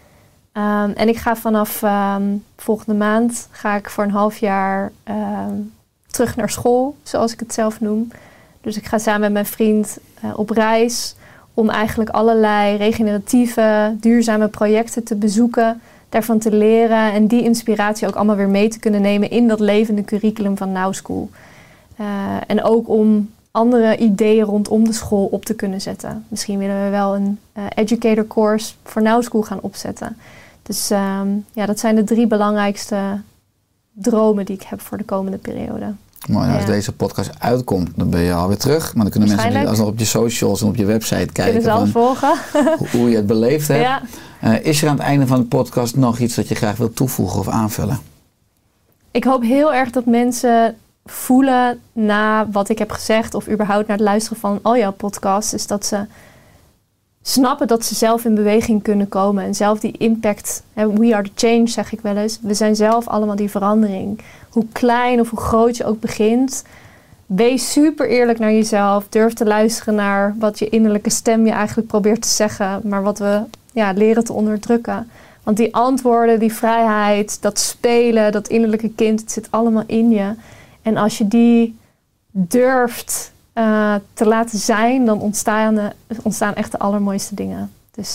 En ik ga vanaf volgende maand voor een half jaar terug naar school, zoals ik het zelf noem. Dus ik ga samen met mijn vriend op reis om eigenlijk allerlei regeneratieve, duurzame projecten te bezoeken, daarvan te leren en die inspiratie ook allemaal weer mee te kunnen nemen in dat levende curriculum van Now School. En ook om andere ideeën rondom de school op te kunnen zetten. Misschien willen we wel een educator course voor Now School gaan opzetten. Dus dat zijn de 3 belangrijkste dromen die ik heb voor de komende periode. Mooi, als deze podcast uitkomt, dan ben je alweer terug. Maar dan kunnen mensen alsnog op je socials en op je website kijken van volgen. hoe je het beleefd hebt. Ja. Is er aan het einde van de podcast nog iets dat je graag wilt toevoegen of aanvullen? Ik hoop heel erg dat mensen voelen na wat ik heb gezegd of überhaupt naar het luisteren van al jouw podcasts, is dat ze snappen dat ze zelf in beweging kunnen komen en zelf die impact, we are the change zeg ik wel eens, we zijn zelf allemaal die verandering. Hoe klein of hoe groot je ook begint, wees super eerlijk naar jezelf, durf te luisteren naar wat je innerlijke stem je eigenlijk probeert te zeggen, maar wat we leren te onderdrukken. Want die antwoorden, die vrijheid, dat spelen, dat innerlijke kind, het zit allemaal in je. En als je die durft te laten zijn, dan ontstaan echt de allermooiste dingen. Dus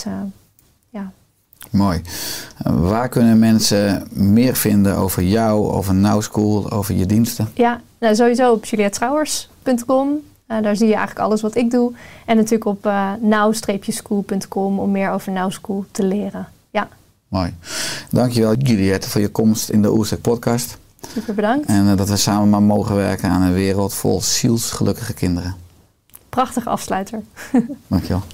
Mooi. Waar kunnen mensen meer vinden over jou, over Now School, over je diensten? Ja, sowieso op julietteschouwers.com. Daar zie je eigenlijk alles wat ik doe. En natuurlijk op now-school.com om meer over Now School te leren. Ja. Mooi. Dankjewel Juliette voor je komst in de Oersterk podcast. Super bedankt. En dat we samen maar mogen werken aan een wereld vol zielsgelukkige kinderen. Prachtige afsluiter. Dankjewel.